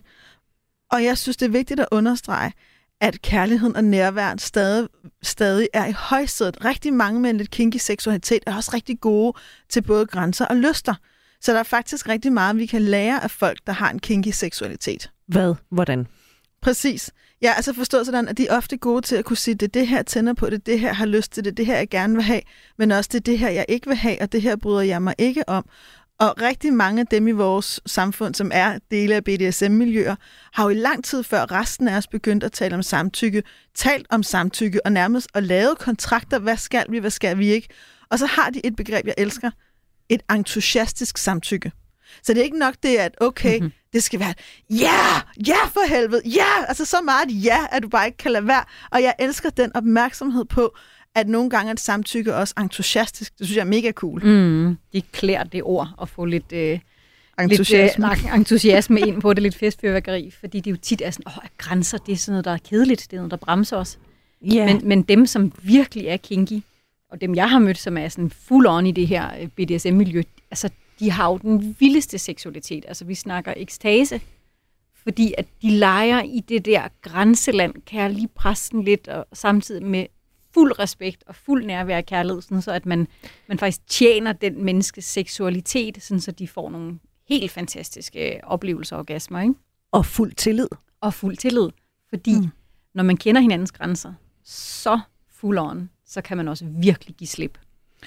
Og jeg synes, det er vigtigt at understrege, at kærligheden og nærværen stadig, stadig er i højsædet. Rigtig mange med en lidt kinky seksualitet er også rigtig gode til både grænser og lyster. Så der er faktisk rigtig meget, vi kan lære af folk, der har en kinky seksualitet. Hvad? Hvordan? Præcis. Jeg har altså forstået sådan, at de er ofte gode til at kunne sige, det er det her, jeg tænder på, det er det her, jeg har lyst til, det er det her, jeg gerne vil have, men også det er det her, jeg ikke vil have, og det her bryder jeg mig ikke om. Og rigtig mange af dem i vores samfund, som er dele af B D S M-miljøer, har jo i lang tid før resten af os begyndt at tale om samtykke, talt om samtykke og nærmest og lavet kontrakter, hvad skal vi, hvad skal vi ikke. Og så har de et begreb, jeg elsker, et entusiastisk samtykke. Så det er ikke nok det, at okay, mm-hmm. det skal være, ja, yeah, ja yeah, for helvede, ja, yeah! Altså så meget ja, at du bare ikke kan lade være. Og jeg elsker den opmærksomhed på, at nogle gange er et samtykke også entusiastisk. Det synes jeg er mega cool. Mm, det klæder det ord at få lidt, øh, entusiasme. lidt øh, entusiasme ind på det, lidt festfyrværkeri, fordi det jo tit er sådan, åh, at grænser, det er sådan noget, der er kedeligt, det er noget, der bremser os. Yeah. Men, men dem, som virkelig er kinky, og dem, jeg har mødt, som er sådan full on i det her B D S M-miljø, altså, de har jo den vildeste seksualitet. Altså, vi snakker ekstase, fordi at de leger i det der grænseland, kan jeg lige presse den lidt, og samtidig med fuld respekt og fuld nærvær og kærlighed, sådan så at man, man faktisk tjener den menneskes seksualitet, sådan så de får nogle helt fantastiske oplevelser og orgasmer, ikke? Og fuld tillid. Og fuld tillid, fordi mm. når man kender hinandens grænser, så full on, så kan man også virkelig give slip.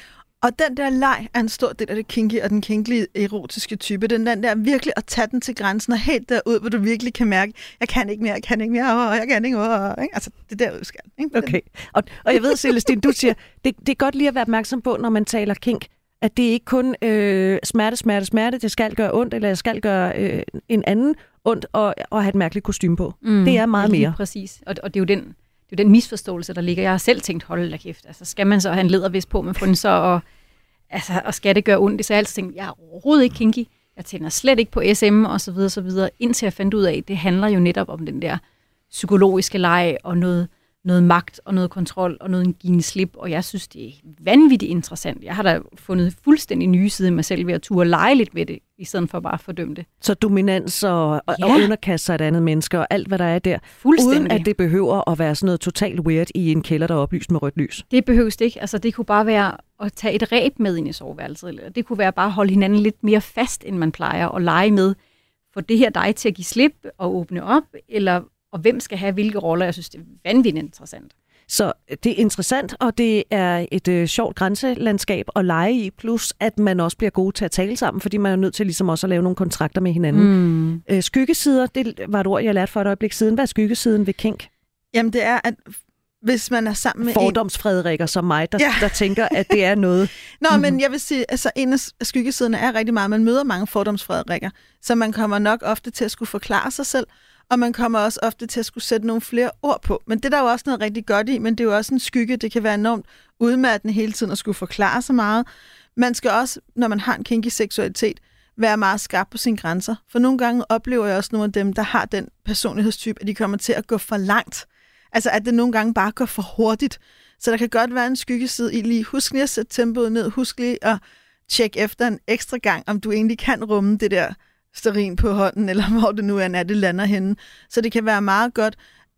Og den der leg er en stor del af det kinky og den kinky erotiske type. Den, den der virkelig at tage den til grænsen og helt derud, hvor du virkelig kan mærke, jeg kan ikke mere, jeg kan ikke mere, og jeg kan ikke mere. Ikke? Altså, det er derud, skal. Ikke? Okay. Og, og jeg ved, Celestine, du siger, det, det er godt lige at være opmærksom på, når man taler kink, at det ikke kun øh, smerte, smerte, smerte, det skal gøre ondt, eller jeg skal gøre øh, en anden ondt, og, og have et mærkeligt kostume på. Mm, det er meget mere. Præcis, og, og det er jo den... Det er jo den misforståelse, der ligger. Jeg har selv tænkt, hold da kæft, altså skal man så have en lædervest på med frynser, og, altså, og skal det gøre ondt? Så jeg har altid tænkt, jeg er overhovedet ikke kinky, jeg tænder slet ikke på S M, og så videre, så videre, indtil jeg fandt ud af, det handler jo netop om den der psykologiske leg, og noget, noget magt, og noget kontrol, og noget give slip, og jeg synes, det er vanvittigt interessant. Jeg har da fundet fuldstændig nye sider i mig selv ved at turde lege lidt med det, i stedet for bare at fordømme det. Så dominans og, og, ja. og underkaste sig et andet menneske, og alt, hvad der er der, uden at det behøver at være sådan noget totalt weird i en kælder, der er oplyst med rødt lys. Det behøves det ikke. Altså, det kunne bare være at tage et reb med ind i soveværelset, eller det kunne være bare at holde hinanden lidt mere fast, end man plejer, og lege med, for det her dig til at give slip og åbne op, eller og hvem skal have hvilke roller. Jeg synes, det er vanvittigt interessant. Så det er interessant, og det er et øh, sjovt grænselandskab at lege i, plus at man også bliver god til at tale sammen, fordi man er nødt til ligesom også at lave nogle kontrakter med hinanden. Mm. Øh, skyggesider, det var et ord, jeg lærte for et øjeblik siden. Hvad er skyggesiden ved kink? Jamen det er, at hvis man er sammen med fordomsfrederikker som mig, der, ja. der tænker, at det er noget. Nå, mm-hmm. men jeg vil sige, altså en af skyggesiderne er rigtig meget, man møder mange fordomsfrederikker, så man kommer nok ofte til at skulle forklare sig selv, og man kommer også ofte til at skulle sætte nogle flere ord på. Men det er der jo også noget rigtig godt i, men det er jo også en skygge. Det kan være enormt udmattende hele tiden at skulle forklare så meget. Man skal også, når man har en kinky seksualitet, være meget skarp på sine grænser. For nogle gange oplever jeg også nogle af dem, der har den personlighedstype, at de kommer til at gå for langt. Altså at det nogle gange bare går for hurtigt. Så der kan godt være en skyggeside i lige, husk lige at sætte tempoet ned, husk lige at tjekke efter en ekstra gang, om du egentlig kan rumme det der stearin på hånden, eller hvor det nu er, det lander henne. Så det kan være meget godt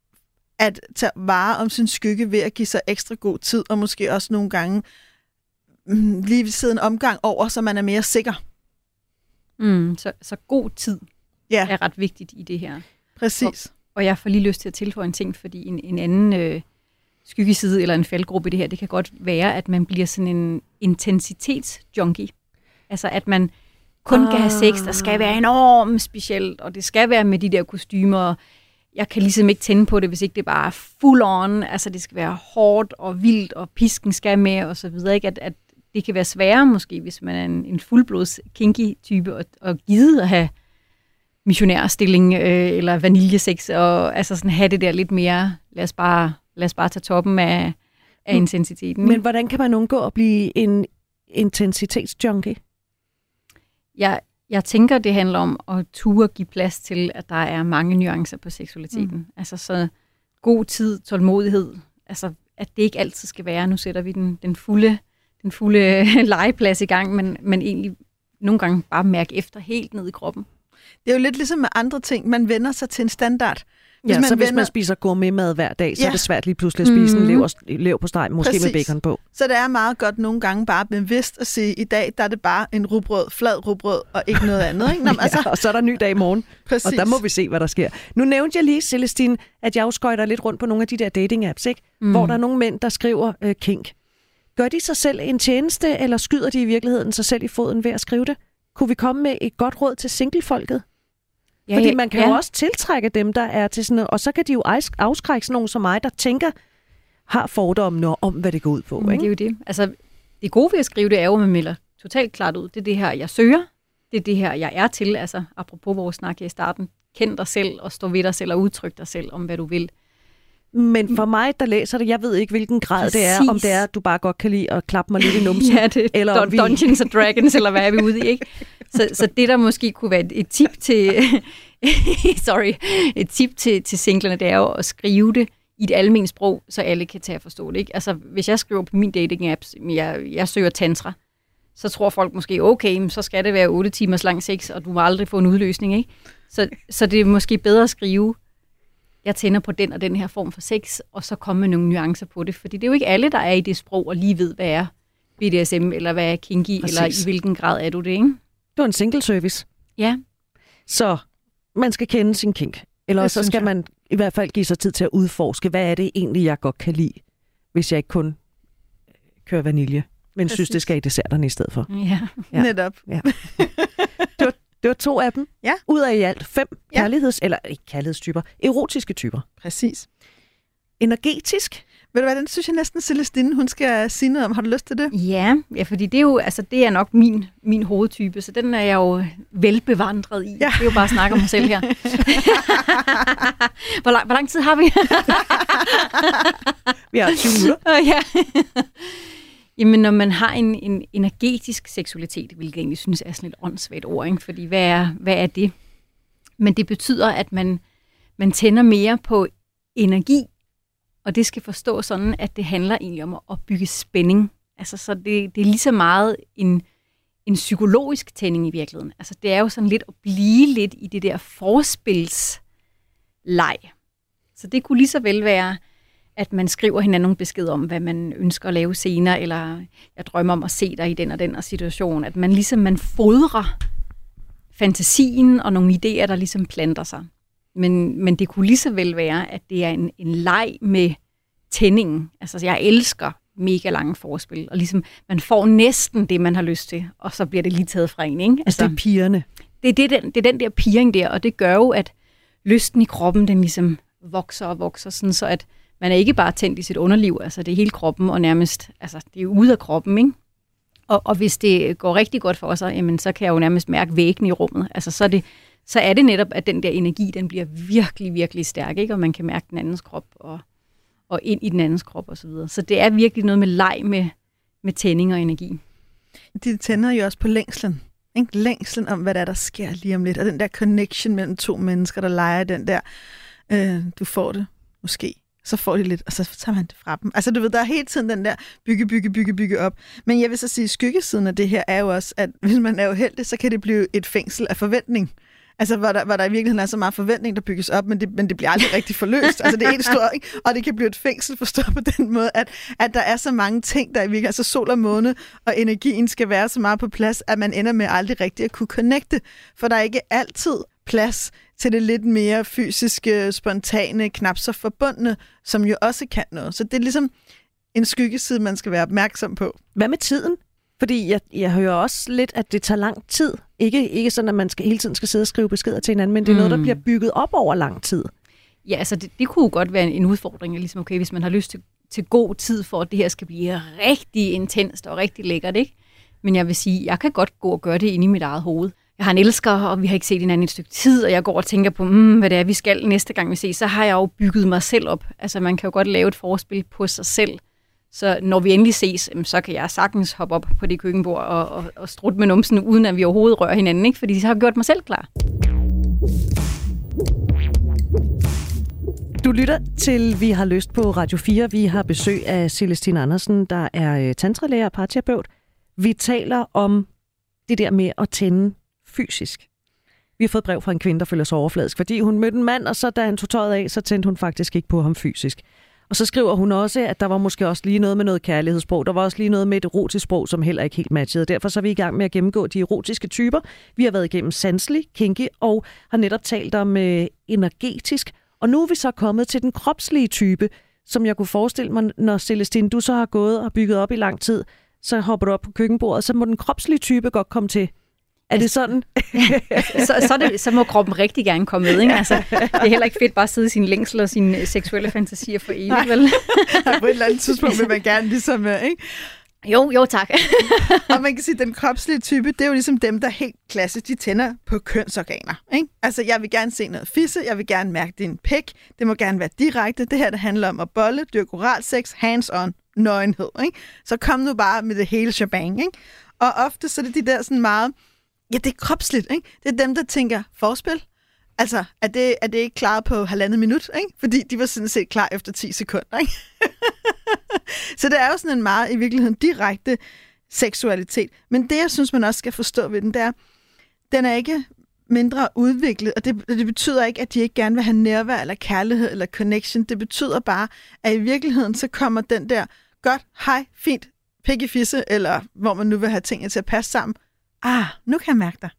at tage vare om sin skygge ved at give sig ekstra god tid, og måske også nogle gange mm, lige ved siden omgang over, så man er mere sikker. Mm, så, så god tid ja. er ret vigtigt i det her. Præcis. Og, og jeg får lige lyst til at tilføje en ting, fordi en, en anden øh, skyggeside eller en faldgruppe i det her, det kan godt være, at man bliver sådan en intensitetsjunkie. Altså at man kun kan have sex, der skal være enormt specielt, og det skal være med de der kostymer. Jeg kan ligesom ikke tænde på det, hvis ikke det bare er full on. Altså det skal være hårdt og vildt, og pisken skal med, og så videre. Ikke? At, at det kan være sværere måske, hvis man er en, en fuldblods kinky type, og, og givet at have missionærstilling øh, eller vaniljesex, og altså sådan have det der lidt mere, lad os bare, lad os bare tage toppen af, af mm. intensiteten. Men hvordan kan man undgå at blive en intensitetsjunkie? Jeg, jeg tænker, det handler om at ture give plads til, at der er mange nuancer på seksualiteten. Mm. Altså så god tid, tålmodighed, altså at det ikke altid skal være, nu sætter vi den, den fulde, den fulde legeplads i gang, men, men egentlig nogle gange bare mærke efter helt ned i kroppen. Det er jo lidt ligesom med andre ting. Man vender sig til en standard. Hvis ja, man så hvis vender... man spiser gourmetmad hver dag, så ja. er det svært lige pludselig at spise mm. en lever, lever på steg, måske Præcis. med bacon på. Så det er meget godt nogle gange bare bevidst at sige, i dag der er det bare en rugbrød, flad rugbrød og ikke noget andet. Ikke? Nå, altså... ja, og så er der en ny dag i morgen, Præcis. Og der må vi se, hvad der sker. Nu nævnte jeg lige, Celestine, at jeg jo skøjter lidt rundt på nogle af de der dating-apps, ikke? Mm. Hvor der er nogle mænd, der skriver øh, kink. Gør de sig selv en tjeneste, eller skyder de i virkeligheden sig selv i foden ved at skrive det? Kunne vi komme med et godt råd til singlefolket? Ja, fordi man kan ja. jo også tiltrække dem, der er til sådan noget, og så kan de jo afskrække sådan nogen som mig, der tænker, har fordommene om, hvad det går ud på. Mm, ikke? Det er jo det. Altså, det gode ved at skrive, det er jo, at man melder totalt klart ud. Det er det her, jeg søger. Det er det her, jeg er til. Altså, apropos vores snak i starten. Kend dig selv, og stå ved dig selv, og udtryk dig selv om, hvad du vil. Men for mig, der læser det, jeg ved ikke, hvilken grad Præcis. det er, om det er, at du bare godt kan lide at klappe mig lidt i numsen. ja, det er eller vi... Dungeons and Dragons, eller hvad er vi ude i, ikke? Så, så det, der måske kunne være et, et tip til... sorry, et tip til, til singlerne, det er jo at skrive det i et almindeligt sprog, så alle kan tage at forstå det, ikke? Altså, hvis jeg skriver på min dating-apps, jeg, jeg søger tantra, så tror folk måske, okay, så skal det være otte timers lang sex, og du må aldrig få en udløsning, ikke? Så, så det er måske bedre at skrive, jeg tænder på den og den her form for sex, og så komme med nogle nuancer på det. Fordi det er jo ikke alle, der er i det sprog, og lige ved, hvad er B D S M, eller hvad er kinky, Præcis. eller i hvilken grad er du det, ikke? Det er en single service. Ja. Så man skal kende sin kink. Eller det så skal jeg. man i hvert fald give sig tid til at udforske, hvad er det egentlig, jeg godt kan lide, hvis jeg ikke kun kører vanilje, men Præcis. synes, det skal i desserterne i stedet for. Ja, ja. netop. Ja. Det var Det var to af dem. Ja. Ud af i alt fem ja. kærligheds- eller ikke kærlighedstyper, erotiske typer. Præcis. Energetisk. Ved du hvad, den synes jeg næsten, Celestine, hun skal sige noget om. Har du lyst til det? Ja, ja fordi det er jo altså, det er nok min, min hovedtype, så den er jeg jo velbevandret i. Ja. Det er jo bare at snakke om mig selv her. hvor, lang, hvor lang tid har vi? Vi har tyve minutter. Ja. Jamen, når man har en, en energetisk seksualitet, hvilket jeg egentlig synes er sådan et åndssvagt ord, ikke? Fordi hvad er, hvad er det? Men det betyder, at man, man tænder mere på energi, og det skal forstås sådan, at det handler egentlig om at bygge spænding. Altså, så det, det er lige så meget en, en psykologisk tænding i virkeligheden. Altså, det er jo sådan lidt at blive lidt i det der forspilsleg. Så det kunne lige så vel være, at man skriver hinanden nogle beskeder om, hvad man ønsker at lave senere, eller jeg drømmer om at se dig i den og den situation. At man ligesom man fodrer fantasien og nogle idéer, der ligesom planter sig. Men, men det kunne lige så vel være, at det er en, en leg med tændingen. Altså, jeg elsker mega lange forspil, og ligesom man får næsten det, man har lyst til, og så bliver det lige taget fra en, ikke? Altså, det er pigerne. Det er, det, den, det er den der pirring der, og det gør jo, at lysten i kroppen, den ligesom vokser og vokser, sådan så at man er ikke bare tændt i sit underliv, altså det er hele kroppen, og nærmest, altså det er jo ude af kroppen, ikke? Og, og hvis det går rigtig godt for sig, jamen, så kan jeg jo nærmest mærke væggen i rummet. Altså så er det, så er det netop, at den der energi, den bliver virkelig, virkelig stærk, ikke? Og man kan mærke den andens krop, og, og ind i den andens krop, og så videre. Så det er virkelig noget med leg med, med tænding og energi. De tænder jo også på længslen. Ikke? Længslen om, hvad der er, der sker lige om lidt. Og den der connection mellem to mennesker, der leger den der, øh, du får det, måske. Så får de lidt, og så tager man det fra dem. Altså du ved, der er hele tiden den der bygge, bygge, bygge, bygge op. Men jeg vil så sige, skyggesiden af det her er jo også, at hvis man er uheldig, så kan det blive et fængsel af forventning. Altså hvor der, hvor der i virkeligheden er så meget forventning, der bygges op, men det, men det bliver aldrig rigtig forløst. Altså det er helt stort, ikke? Og det kan blive et fængsel forstået på den måde, at, at der er så mange ting, der i virkeligheden, altså sol og måne, og energien skal være så meget på plads, at man ender med aldrig rigtig at kunne connecte. For der er ikke altid plads til det lidt mere fysiske, spontane, knap så forbundne, som jo også kan noget. Så det er ligesom en skyggeside, man skal være opmærksom på. Hvad med tiden? Fordi jeg, jeg hører også lidt, at det tager lang tid. Ikke, ikke sådan, at man skal, hele tiden skal sidde og skrive beskeder til hinanden, men det er mm. noget, der bliver bygget op over lang tid. Ja, altså det, det kunne jo godt være en, en udfordring. Ligesom, okay, hvis man har lyst til, til god tid for, at det her skal blive rigtig intenst og rigtig lækkert, ikke? Men jeg vil sige, jeg kan godt gå og gøre det inde i mit eget hoved. Jeg har en elsker, og vi har ikke set hinanden i et stykke tid, og jeg går og tænker på, mm, hvad det er, vi skal næste gang vi ses. Så har jeg jo bygget mig selv op. Altså man kan jo godt lave et forspil på sig selv. Så når vi endelig ses, så kan jeg sagtens hoppe op på det køkkenbord og, og, og strutte med numsen, uden at vi overhovedet rører hinanden, ikke? Fordi jeg har gjort mig selv klar. Du Du lytter til Vi har lyst på Radio fire. Vi har besøg af Celestine Andersen, der er tantralærer og parterapeut. Vi taler om det der med at tænde fysisk. Vi har fået brev fra en kvinde, der føler sig overfladisk, fordi hun mødte en mand, og så da han tog tøjet af, så tændte hun faktisk ikke på ham fysisk. Og så skriver hun også, at der var måske også lige noget med noget kærlighedssprog. Der var også lige noget med et erotisk sprog, som heller ikke helt matchede. Derfor så er vi i gang med at gennemgå de erotiske typer. Vi har været igennem sanselig, kinky og har netop talt om øh, energetisk. Og nu er vi så kommet til den kropslige type, som jeg kunne forestille mig, når Celestine, du så har gået og bygget op i lang tid, så hopper du op på køkkenbordet, så må den kropslige type godt komme til. Er det sådan? så, så, det, så må kroppen rigtig gerne komme med, ikke? Altså, det er heller ikke fedt bare at sidde i sin længsel og sine seksuelle fantasier for evigt, vel? På et eller andet tidspunkt vil man gerne ligesom, ikke? Jo, jo, tak. Og man kan sige, at den kropslige type, det er jo ligesom dem, der helt klassisk, de tænder på kønsorganer, ikke? Altså, jeg vil gerne se noget fisse, jeg vil gerne mærke din pik, det må gerne være direkte. Det her, det handler om at bolle, dyrke oralsex, hands-on, nøgenhed, ikke? Så kom nu bare med det hele shebang, ikke? Og ofte så er det de der sådan meget, ja, det er kropsligt, ikke? Det er dem, der tænker forspil. Altså, er det, er det ikke klaret på halvandet minut, ikke? Fordi de var sådan set klar efter ti sekunder, ikke? Så det er jo sådan en meget, i virkeligheden, direkte seksualitet. Men det, jeg synes, man også skal forstå ved den, det er, den er ikke mindre udviklet, og det, det betyder ikke, at de ikke gerne vil have nærvær, eller kærlighed, eller connection. Det betyder bare, at i virkeligheden, så kommer den der, godt, hej, fint, pik i fisse, eller hvor man nu vil have tingene til at passe sammen. Ah, nu kan jeg mærke dig.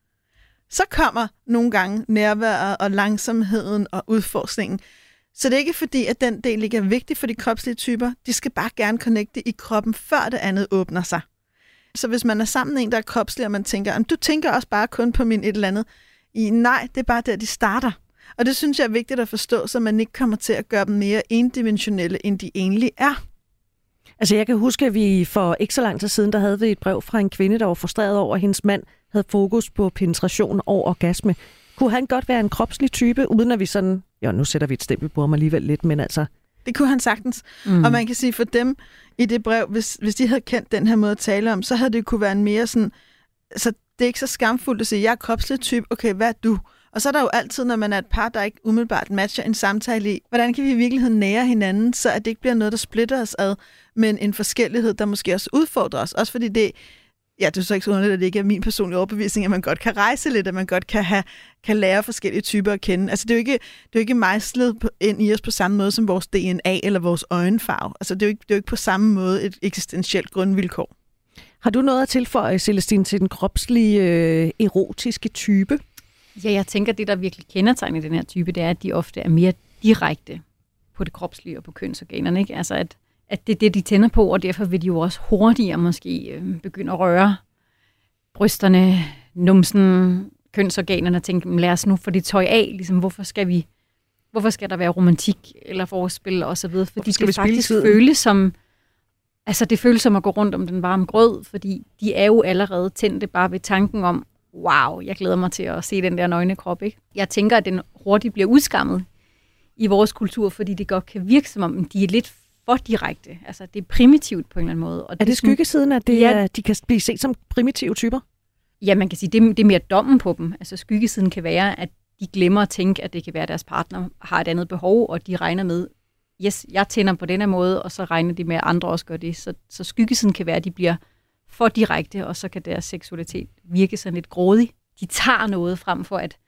Så kommer nogle gange nærværet og langsomheden og udforskningen. Så det er ikke fordi, at den del ikke er vigtig for de kropslige typer. De skal bare gerne connecte i kroppen, før det andet åbner sig. Så hvis man er sammen med en, der er kropslig, og man tænker, du tænker også bare kun på min et eller andet. I, nej, det er bare der, de starter. Og det synes jeg er vigtigt at forstå, så man ikke kommer til at gøre dem mere endimensionelle, end de egentlig er. Altså jeg kan huske, at vi for ikke så lang tid siden, der havde vi et brev fra en kvinde, der var frustreret over, at hendes mand havde fokus på penetration og orgasme. Kunne han godt være en kropslig type, uden at vi sådan, ja, nu sætter vi et stempel på ham alligevel lidt, men altså... Det kunne han sagtens. Mm. Og man kan sige, for dem i det brev, hvis, hvis de havde kendt den her måde at tale om, så havde det kunne være en mere sådan... Så det er ikke så skamfuldt at sige, jeg er kropslig type, okay, hvad er du? Og så er der jo altid, når man er et par, der ikke umiddelbart matcher en samtale i, hvordan kan vi i virkeligheden nære hinanden, så at det ikke bliver noget, der splitter os ad, men en forskellighed, der måske også udfordrer os. Også fordi det, ja, det er så ikke så underligt, at det ikke er min personlige overbevisning, at man godt kan rejse lidt, at man godt kan, have, kan lære forskellige typer at kende. Altså det er jo ikke, det er jo ikke mejslet ind i os på samme måde som vores D N A eller vores øjenfarve. Altså det er jo ikke, det er jo ikke på samme måde et eksistentielt grundvilkår. Har du noget at tilføje, Celestine, til den kropslige øh, erotiske type? Ja, jeg tænker, det, der virkelig kendetegner den her type, det er, at de ofte er mere direkte på det kropslige og på kønsorganerne, ikke? Altså, at, at det er det, de tænder på, og derfor vil de jo også hurtigere måske øh, begynde at røre brysterne, numsen, kønsorganerne, og tænke, lad os nu få det tøj af, ligesom, hvorfor skal vi, hvorfor skal der være romantik eller forspil og så videre, fordi det faktisk føles som, altså det føles som at gå rundt om den varme grød, fordi de er jo allerede tændte bare ved tanken om, wow, jeg glæder mig til at se den der nøgne krop, ikke? Jeg tænker, at den hurtigt bliver udskammet i vores kultur, fordi det godt kan virke som om, de er lidt for direkte. Altså, det er primitivt på en eller anden måde. Og er det, det skyggesiden, at det, ja, de kan blive set som primitive typer? Ja, man kan sige, det er, det er mere dommen på dem. Altså, skyggesiden kan være, at de glemmer at tænke, at det kan være, at deres partner har et andet behov, og de regner med, yes, jeg tænder på denne måde, og så regner de med, at andre også gør det. Så, så skyggesiden kan være, at de bliver for direkte, og så kan deres seksualitet virke sådan lidt grådig. De tager noget frem for at,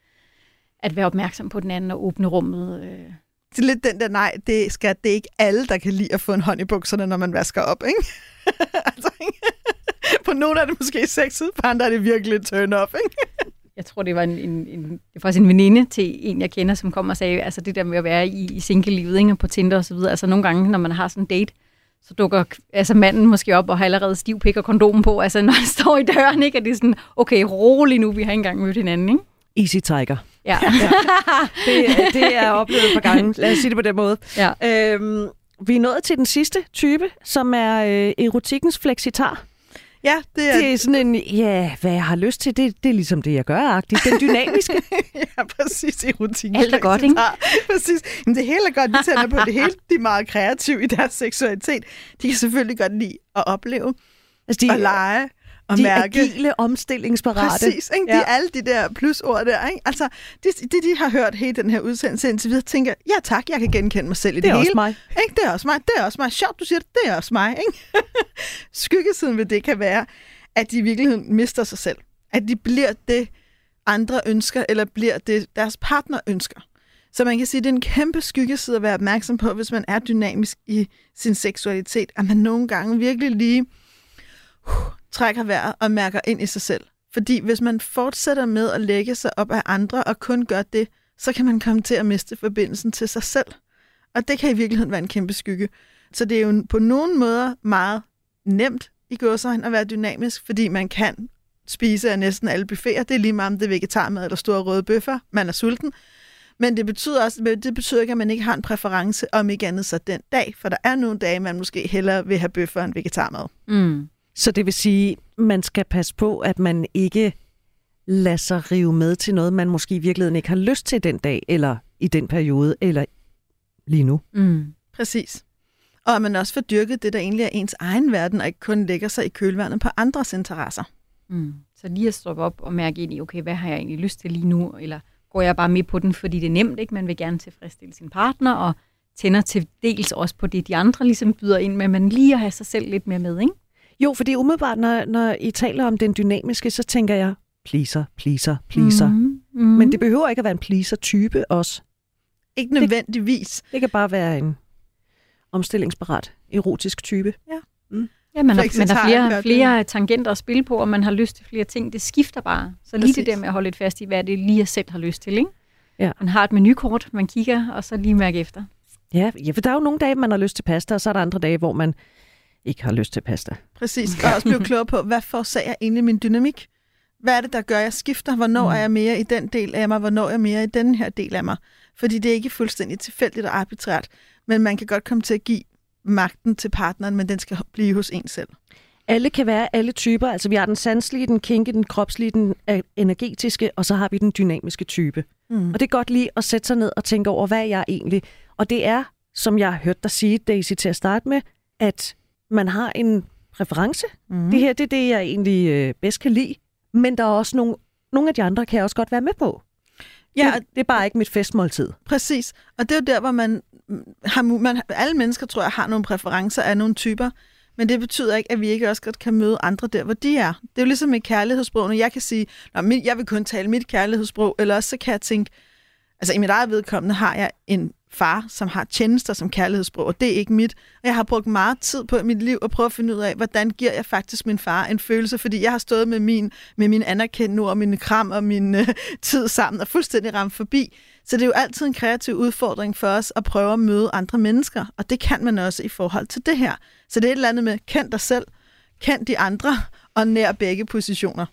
at være opmærksom på den anden og åbne rummet. Det er lidt den der, nej, det, skal, det er ikke alle, der kan lide at få en hånd i bukserne, når man vasker op, ikke? altså, ikke? På nogle er det måske sexet, på andre er det virkelig et turn-off, ikke? Jeg tror, det var en, en, en, det var faktisk en veninde til en, jeg kender, som kom og sagde, altså det der med at være i, i single-livet, ikke? På Tinder og så videre. Altså nogle gange, når man har sådan en date, så dukker altså manden måske op og har allerede stiv pik og kondomen på, altså når han står i døren, ikke? Og det er sådan, okay, rolig nu, vi har ikke engang mødt hinanden, ikke? Easy tiger. Ja. ja. Det, det er oplevet et par gange. Lad os sige det på den måde. Ja. Øhm, vi er nået til den sidste type, som er øh, erotikkens flexitar. Ja, det er... det er sådan en, ja, hvad jeg har lyst til, det, det er ligesom det, jeg gør-agtigt. Den dynamiske. ja, præcis. Erotikken. Alt er godt, ikke? Præcis. Men det hele er godt, vi tænder på det hele. De er meget kreative i deres seksualitet. De kan selvfølgelig godt lide at opleve, altså de... at lege, at de mærke... De agile, omstillingsparate. Præcis, ikke? De ja. alle de der plusord der, ikke? Altså, de, de, de har hørt hele den her udsendelse indtil videre, tænker, ja tak, jeg kan genkende mig selv i det, det er hele. Også mig. Ikke? Det er også mig. Det er også mig. Sjovt, du siger det. Det er også mig. Ikke? Skyggesiden ved det kan være, at de i virkeligheden mister sig selv. At de bliver det, andre ønsker, eller bliver det, deres partner ønsker. Så man kan sige, at det er en kæmpe skyggeside at være opmærksom på, hvis man er dynamisk i sin seksualitet, at man nogle gange virkelig lige uh, trækker vejret og mærker ind i sig selv. Fordi hvis man fortsætter med at lægge sig op af andre og kun gør det, så kan man komme til at miste forbindelsen til sig selv. Og det kan i virkeligheden være en kæmpe skygge. Så det er jo på nogle måder meget nemt i gåseøjne at være dynamisk, fordi man kan spise af næsten alle buffeter. Det er lige meget om det er vegetarmad eller store røde bøffer. Man er sulten. Men det betyder også, det betyder ikke, at man ikke har en præference, om ikke andet så den dag. For der er nogle dage, man måske hellere vil have bøffer end vegetarmad. Mm. Så det vil sige, at man skal passe på, at man ikke lader sig rive med til noget, man måske i virkeligheden ikke har lyst til den dag, eller i den periode, eller lige nu. Mm. Præcis. Og at man også får dyrket det, der egentlig er ens egen verden, og ikke kun lægger sig i kølvandet på andres interesser. Mm. Så lige at stoppe op og mærke ind i, okay, hvad har jeg egentlig lyst til lige nu, eller går jeg bare med på den, fordi det er nemt, ikke? Man vil gerne tilfredsstille sin partner, og tænder til dels også på det, de andre ligesom byder ind med, men lige at have sig selv lidt mere med, ikke? Jo, fordi umiddelbart, når, når I taler om den dynamiske, så tænker jeg, pleaser, pleaser, pleaser. Mm-hmm. Mm-hmm. Men det behøver ikke at være en pleaser-type også. Ikke nødvendigvis. Det, det kan bare være en omstillingsparat, erotisk type. Ja. Mm. Ja, man har, man har flere, flere tangenter at spille på, og man har lyst til flere ting. Det skifter bare. Så lige Præcis. Det der med at holde lidt fast i, hvad det lige jeg selv har lyst til, ikke? Ja. Man har et menukort, man kigger, og så lige mærke efter. Ja, ja, for der er jo nogle dage, man har lyst til pasta, og så er der andre dage, hvor man ikke har lyst til pasta. Præcis. Og også blive klogere på, hvad forårsager egentlig min dynamik? Hvad er det, der gør, at jeg skifter? Hvornår mm. er jeg mere i den del af mig? Hvornår er jeg mere i den her del af mig? Fordi det er ikke fuldstændig tilfældigt og arbitrært, men man kan godt komme til at give magten til partneren, men den skal blive hos en selv. Alle kan være alle typer. Altså vi har den sanselige, den kinke, den kropslige, den energetiske, og så har vi den dynamiske type. Mm. Og det er godt lige at sætte sig ned og tænke over, hvad er jeg egentlig? Og det er, som jeg har hørt dig sige, Daisy, til at starte med, at man har en præference. Mm. Det her, det er det, jeg egentlig øh, bedst kan lide. Men der er også nogle, nogle af de andre, kan jeg også godt være med på. Ja, det, det er bare ikke mit festmåltid. Præcis. Og det er jo der, hvor man har... Man, alle mennesker, tror jeg, har nogle præferencer af nogle typer. Men det betyder ikke, at vi ikke også godt kan møde andre der, hvor de er. Det er jo ligesom med kærlighedssprog, når jeg kan sige, at jeg vil kun tale mit kærlighedssprog, eller også så kan jeg tænke, altså i mit eget vedkommende har jeg en far, som har tjenester som kærlighedssprog, og det er ikke mit. Og jeg har brugt meget tid på i mit liv at prøve at finde ud af, hvordan giver jeg faktisk min far en følelse, fordi jeg har stået med min, med min anerkendende ord, min kram og min øh, tid sammen, og fuldstændig ramt forbi. Så det er jo altid en kreativ udfordring for os at prøve at møde andre mennesker, og det kan man også i forhold til det her. Så det er et eller andet med, kend dig selv, kend de andre, og nær begge positioner.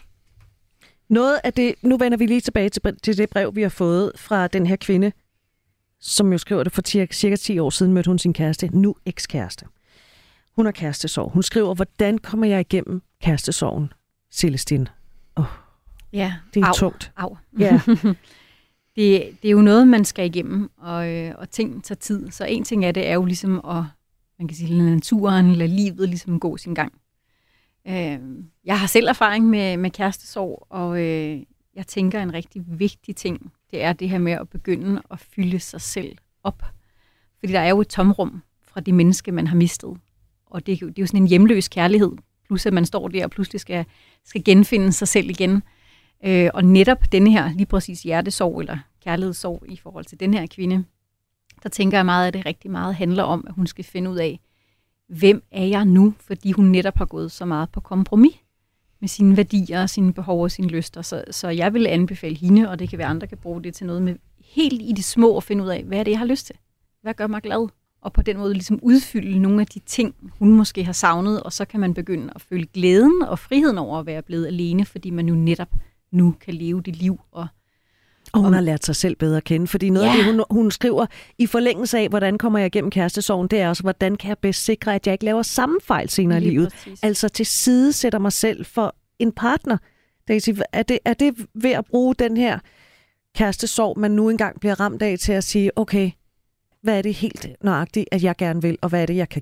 Noget af det, nu vender vi lige tilbage til, til det brev, vi har fået fra den her kvinde, som jo skriver det for cirka ti år siden, mødte hun sin kæreste, nu ekskæreste. Hun har kærestesorg. Hun skriver, hvordan kommer jeg igennem kærestesorgen, Celestine? Oh, ja, det er au, tungt. Au. Ja. det, det er jo noget, man skal igennem, og, og ting tager tid. Så en ting af det er jo ligesom at, man kan sige, lade naturen eller livet ligesom gå sin gang. Øh, jeg har selv erfaring med, med kærestesorg, og øh, jeg tænker, en rigtig vigtig ting, det er det her med at begynde at fylde sig selv op. Fordi der er jo et tomrum fra det menneske, man har mistet. Og det, det er jo sådan en hjemløs kærlighed. Plus at man står der og pludselig skal, skal genfinde sig selv igen. Øh, og netop denne her, lige præcis hjertesorg eller kærlighedssorg i forhold til den her kvinde, der tænker jeg meget, at det rigtig meget handler om, at hun skal finde ud af, hvem er jeg nu? Fordi hun netop har gået så meget på kompromis med sine værdier, sine behov og sine lyster. Så, så jeg vil anbefale hende, og det kan være andre, kan bruge det til noget med helt i det små at finde ud af, hvad er det, jeg har lyst til? Hvad gør mig glad? Og på den måde ligesom udfylde nogle af de ting, hun måske har savnet, og så kan man begynde at føle glæden og friheden over at være blevet alene, fordi man jo netop nu kan leve det liv. Og, og hun har lært sig selv bedre at kende, fordi noget ja. af det, hun, hun skriver i forlængelse af, hvordan kommer jeg igennem kærestesorgen, det er også, hvordan kan jeg bedst sikre, at jeg ikke laver samme fejl senere i livet. Præcis. Altså til side sætter mig selv for en partner. Daisy, er det, er det ved at bruge den her kærestesorg, man nu engang bliver ramt af, til at sige, okay, hvad er det helt nøjagtigt, at jeg gerne vil, og hvad er det, jeg kan give?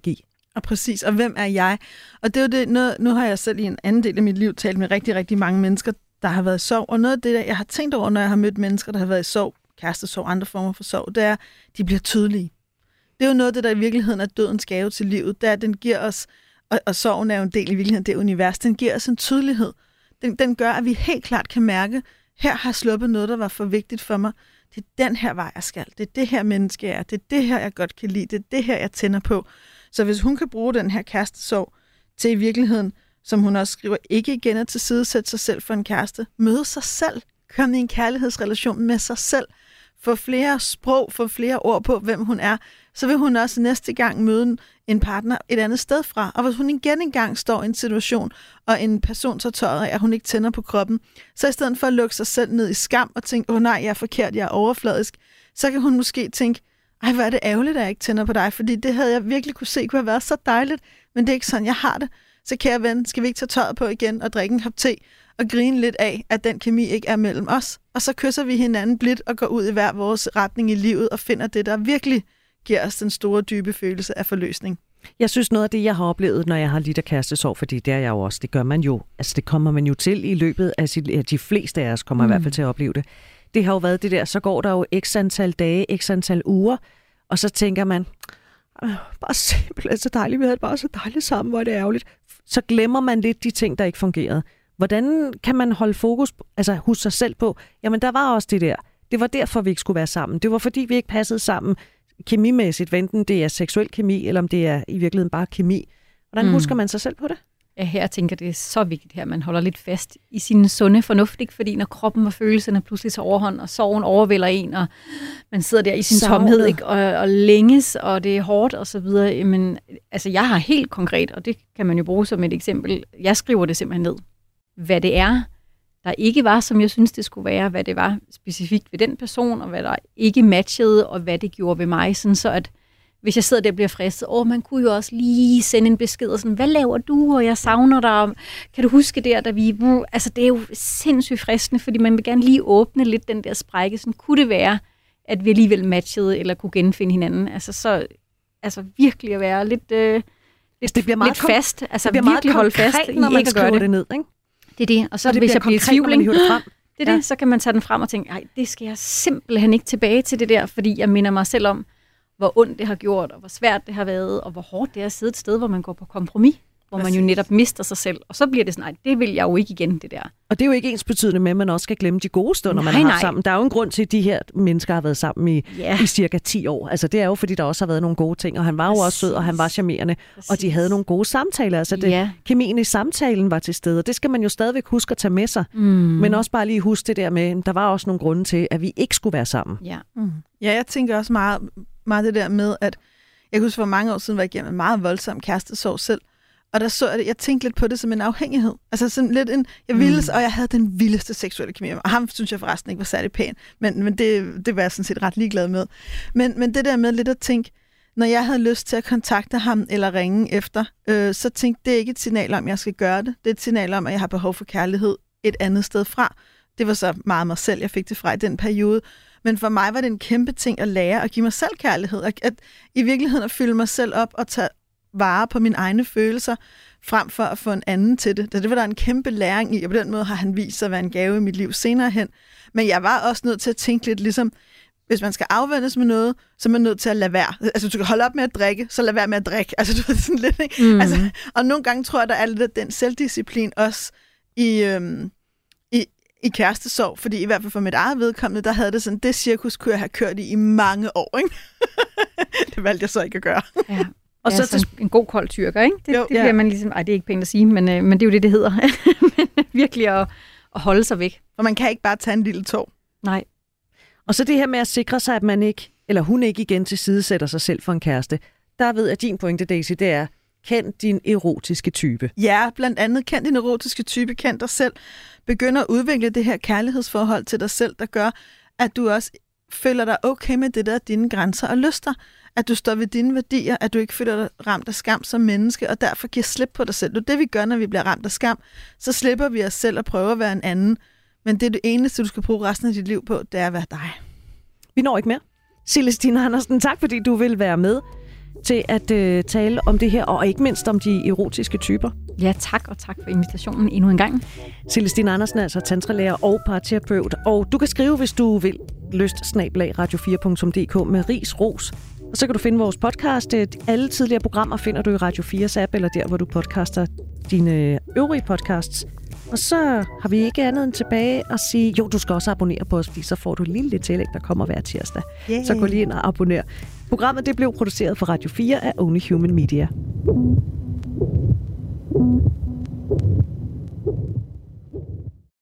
Og præcis, og hvem er jeg? Og det er jo det, noget, nu har jeg selv i en anden del af mit liv talt med rigtig, rigtig mange mennesker, der har været i sorg. Og noget af det, jeg har tænkt over, når jeg har mødt mennesker, der har været i sorg, kærestesorg, andre former for sorg, det er, at de bliver tydelige. Det er jo noget af det, der i virkeligheden er dødens gave til livet. Det er, at den giver os, og, og sorgen er jo en del i virkeligheden, det univers, den giver os en tydelighed. Den, den gør, at vi helt klart kan mærke, her har sluppet noget, der var for vigtigt for mig. Det er den her vej, jeg skal. Det er det her menneske, jeg er. Det er det her, jeg godt kan lide. Det er det her, jeg tænder på. Så hvis hun kan bruge den her kærestesorg til i virkeligheden, som hun også skriver, ikke igen at tilsidesætte sig selv for en kæreste, møde sig selv, komme i en kærlighedsrelation med sig selv, få flere sprog, få flere ord på, hvem hun er, så vil hun også næste gang møde en partner et andet sted fra. Og hvis hun igen engang står i en situation, og en person så tøjet af, at hun ikke tænder på kroppen, så i stedet for at lukke sig selv ned i skam og tænke, åh oh, nej, jeg er forkert, jeg er overfladisk, så kan hun måske tænke, ej, hvor er det ærgerligt, at jeg ikke tænder på dig, fordi det havde jeg virkelig kunne se, kunne have været så dejligt, men det er ikke sådan, jeg har det. Så kære ven, skal vi ikke tage tøjet på igen og drikke en kop te og grine lidt af, at den kemi ikke er mellem os? Og så kysser vi hinanden blidt og går ud i hver vores retning i livet og finder det, der virkelig giver os den store, dybe følelse af forløsning. Jeg synes noget af det, jeg har oplevet, når jeg har lidt af kærestesorg, fordi det er jeg jo også, det gør man jo, altså det kommer man jo til i løbet af sit, de fleste af os kommer mm. i hvert fald til at opleve det. Det har jo været det der, så går der jo x antal dage, x antal uger, og så tænker man, bare simpelthen så dejligt, vi havde det bare så dejligt sammen, hvor er det ærgerligt. Så glemmer man lidt de ting, der ikke fungerede. Hvordan kan man holde fokus, altså huske sig selv på, jamen der var også det der. Det var derfor, vi ikke skulle være sammen. Det var fordi, vi ikke passede sammen kemimæssigt, enten det er seksuel kemi, eller om det er i virkeligheden bare kemi. Hvordan mm. husker man sig selv på det? Ja, her tænker det er så vigtigt her, at man holder lidt fast i sin sunde fornuft, ikke? Fordi når kroppen og følelserne pludselig tager overhånd, og sorgen overvælder en, og man sidder der i sin Savnet. tomhed, ikke? Og, og længes, og det er hårdt og så videre. Men altså, jeg har helt konkret, og det kan man jo bruge som et eksempel, jeg skriver det simpelthen ned, hvad det er, der ikke var, som jeg synes, det skulle være, hvad det var specifikt ved den person, og hvad der ikke matchede, og hvad det gjorde ved mig, sådan så at hvis jeg sidder der og bliver fristet, åh, man kunne jo også lige sende en besked, og sådan, hvad laver du, og jeg savner dig, kan du huske der, da vi, altså det er jo sindssygt fristende, fordi man vil gerne lige åbne lidt den der sprække, sådan kunne det være, at vi alligevel matchede, eller kunne genfinde hinanden, altså så, altså virkelig at være lidt, øh, lidt, det bliver meget lidt fast, altså det virkelig holde fast, når man ikke skriver det. det ned, ikke? Det er det, og så og det hvis jeg bliver i tvivl, det frem. Det er ja. det, så kan man tage den frem og tænke, nej, det skal jeg simpelthen ikke tilbage til det der, fordi jeg minder mig selv om, hvor ondt det har gjort, og hvor svært det har været, og hvor hårdt det er at sidde et sted, hvor man går på kompromis, hvor Præcis. man jo netop mister sig selv. Og så bliver det sådan, nej, det vil jeg jo ikke igen, det der. Og det er jo ikke ens betydende med, at man også skal glemme de gode stunder, nej, man har haft sammen. Der er jo en grund til, at de her mennesker har været sammen i, ja. i cirka ti år. Altså det er jo, fordi der også har været nogle gode ting, og han var jo Præcis. også sød, og han var charmerende, Præcis. og de havde nogle gode samtaler. Altså det, ja. kemien i samtalen var til stede, og det skal man jo stadigvæk huske at tage med sig. Mm. Men også bare lige huske det der med, der var også nogle grunde til, at vi ikke skulle være sammen. Ja, mm. ja jeg tænker også meget, meget det der med, at jeg husker for mange år siden, var jeg igennem en meget voldsom kærestesorg selv. Og der så jeg det, jeg tænkte lidt på det som en afhængighed. Altså sådan lidt en, jeg ville, mm. og jeg havde den vildeste seksuelle kemi. Og ham synes jeg forresten ikke var særlig pæn. Men, men det, det var jeg sådan set ret ligeglad med. Men, men det der med lidt at tænke, når jeg havde lyst til at kontakte ham eller ringe efter, øh, så tænkte det er ikke et signal om, at jeg skal gøre det. Det er et signal om, at jeg har behov for kærlighed et andet sted fra. Det var så meget mig selv, jeg fik det fra i den periode. Men for mig var det en kæmpe ting at lære at give mig selv kærlighed. At, at i virkeligheden at fylde mig selv op og tage vare på mine egne følelser, frem for at få en anden til det. Det var der en kæmpe læring i, og på den måde har han vist sig at være en gave i mit liv senere hen. Men jeg var også nødt til at tænke lidt ligesom, hvis man skal afvendes med noget, så er man nødt til at lade være. Altså, du kan holde op med at drikke, så lad være med at drikke. Altså, du ved sådan lidt, ikke? Mm. Altså, og nogle gange tror jeg, der er lidt af den selvdisciplin også i, øhm, i, i kærestesorg, fordi i hvert fald for mit eget vedkommende, der havde det sådan, det cirkus kunne jeg have kørt i i mange år, ikke? Det valgte jeg så ikke at gøre. Ja. Og ja, så til en god kold tyrker, ikke? Det, jo, det bliver ja. man ligesom, ej, det er ikke pænt at sige, men, øh, men det er jo det, det hedder. Men virkelig at, at holde sig væk. Og man kan ikke bare tage en lille tår. Nej. Og så det her med at sikre sig, at man ikke, eller hun ikke igen til side sætter sig selv for en kæreste. Der ved jeg, din pointe, Daisy, det er, kend din erotiske type. Ja, blandt andet kend din erotiske type, kend dig selv. Begynd at udvikle det her kærlighedsforhold til dig selv, der gør, at du også føler dig okay med det der, dine grænser og lyster. At du står ved dine værdier, at du ikke føler dig ramt af skam som menneske, og derfor giver slip på dig selv. Det er det, vi gør, når vi bliver ramt af skam. Så slipper vi os selv og prøver at være en anden. Men det er det eneste, du skal bruge resten af dit liv på, det er at være dig. Vi når ikke mere. Celestine Andersen, tak fordi du vil være med. til at øh, tale om det her, og ikke mindst om de erotiske typer. Ja, tak, og tak for invitationen endnu en gang. Celestine Andersen er altså tantralærer og parterapeut, og du kan skrive, hvis du vil, lyst snabel-a radio fire punktum d k med ris ros. Og så kan du finde vores podcast. Alle tidligere programmer finder du i Radio fires app, eller der, hvor du podcaster dine øvrige podcasts. Og så har vi ikke andet end tilbage at sige, jo, du skal også abonnere på os, fordi så får du et lille tillæg, der kommer hver tirsdag. Yeah. Så gå lige ind og abonner. Programmet det blev produceret for Radio fire af Only Human Media.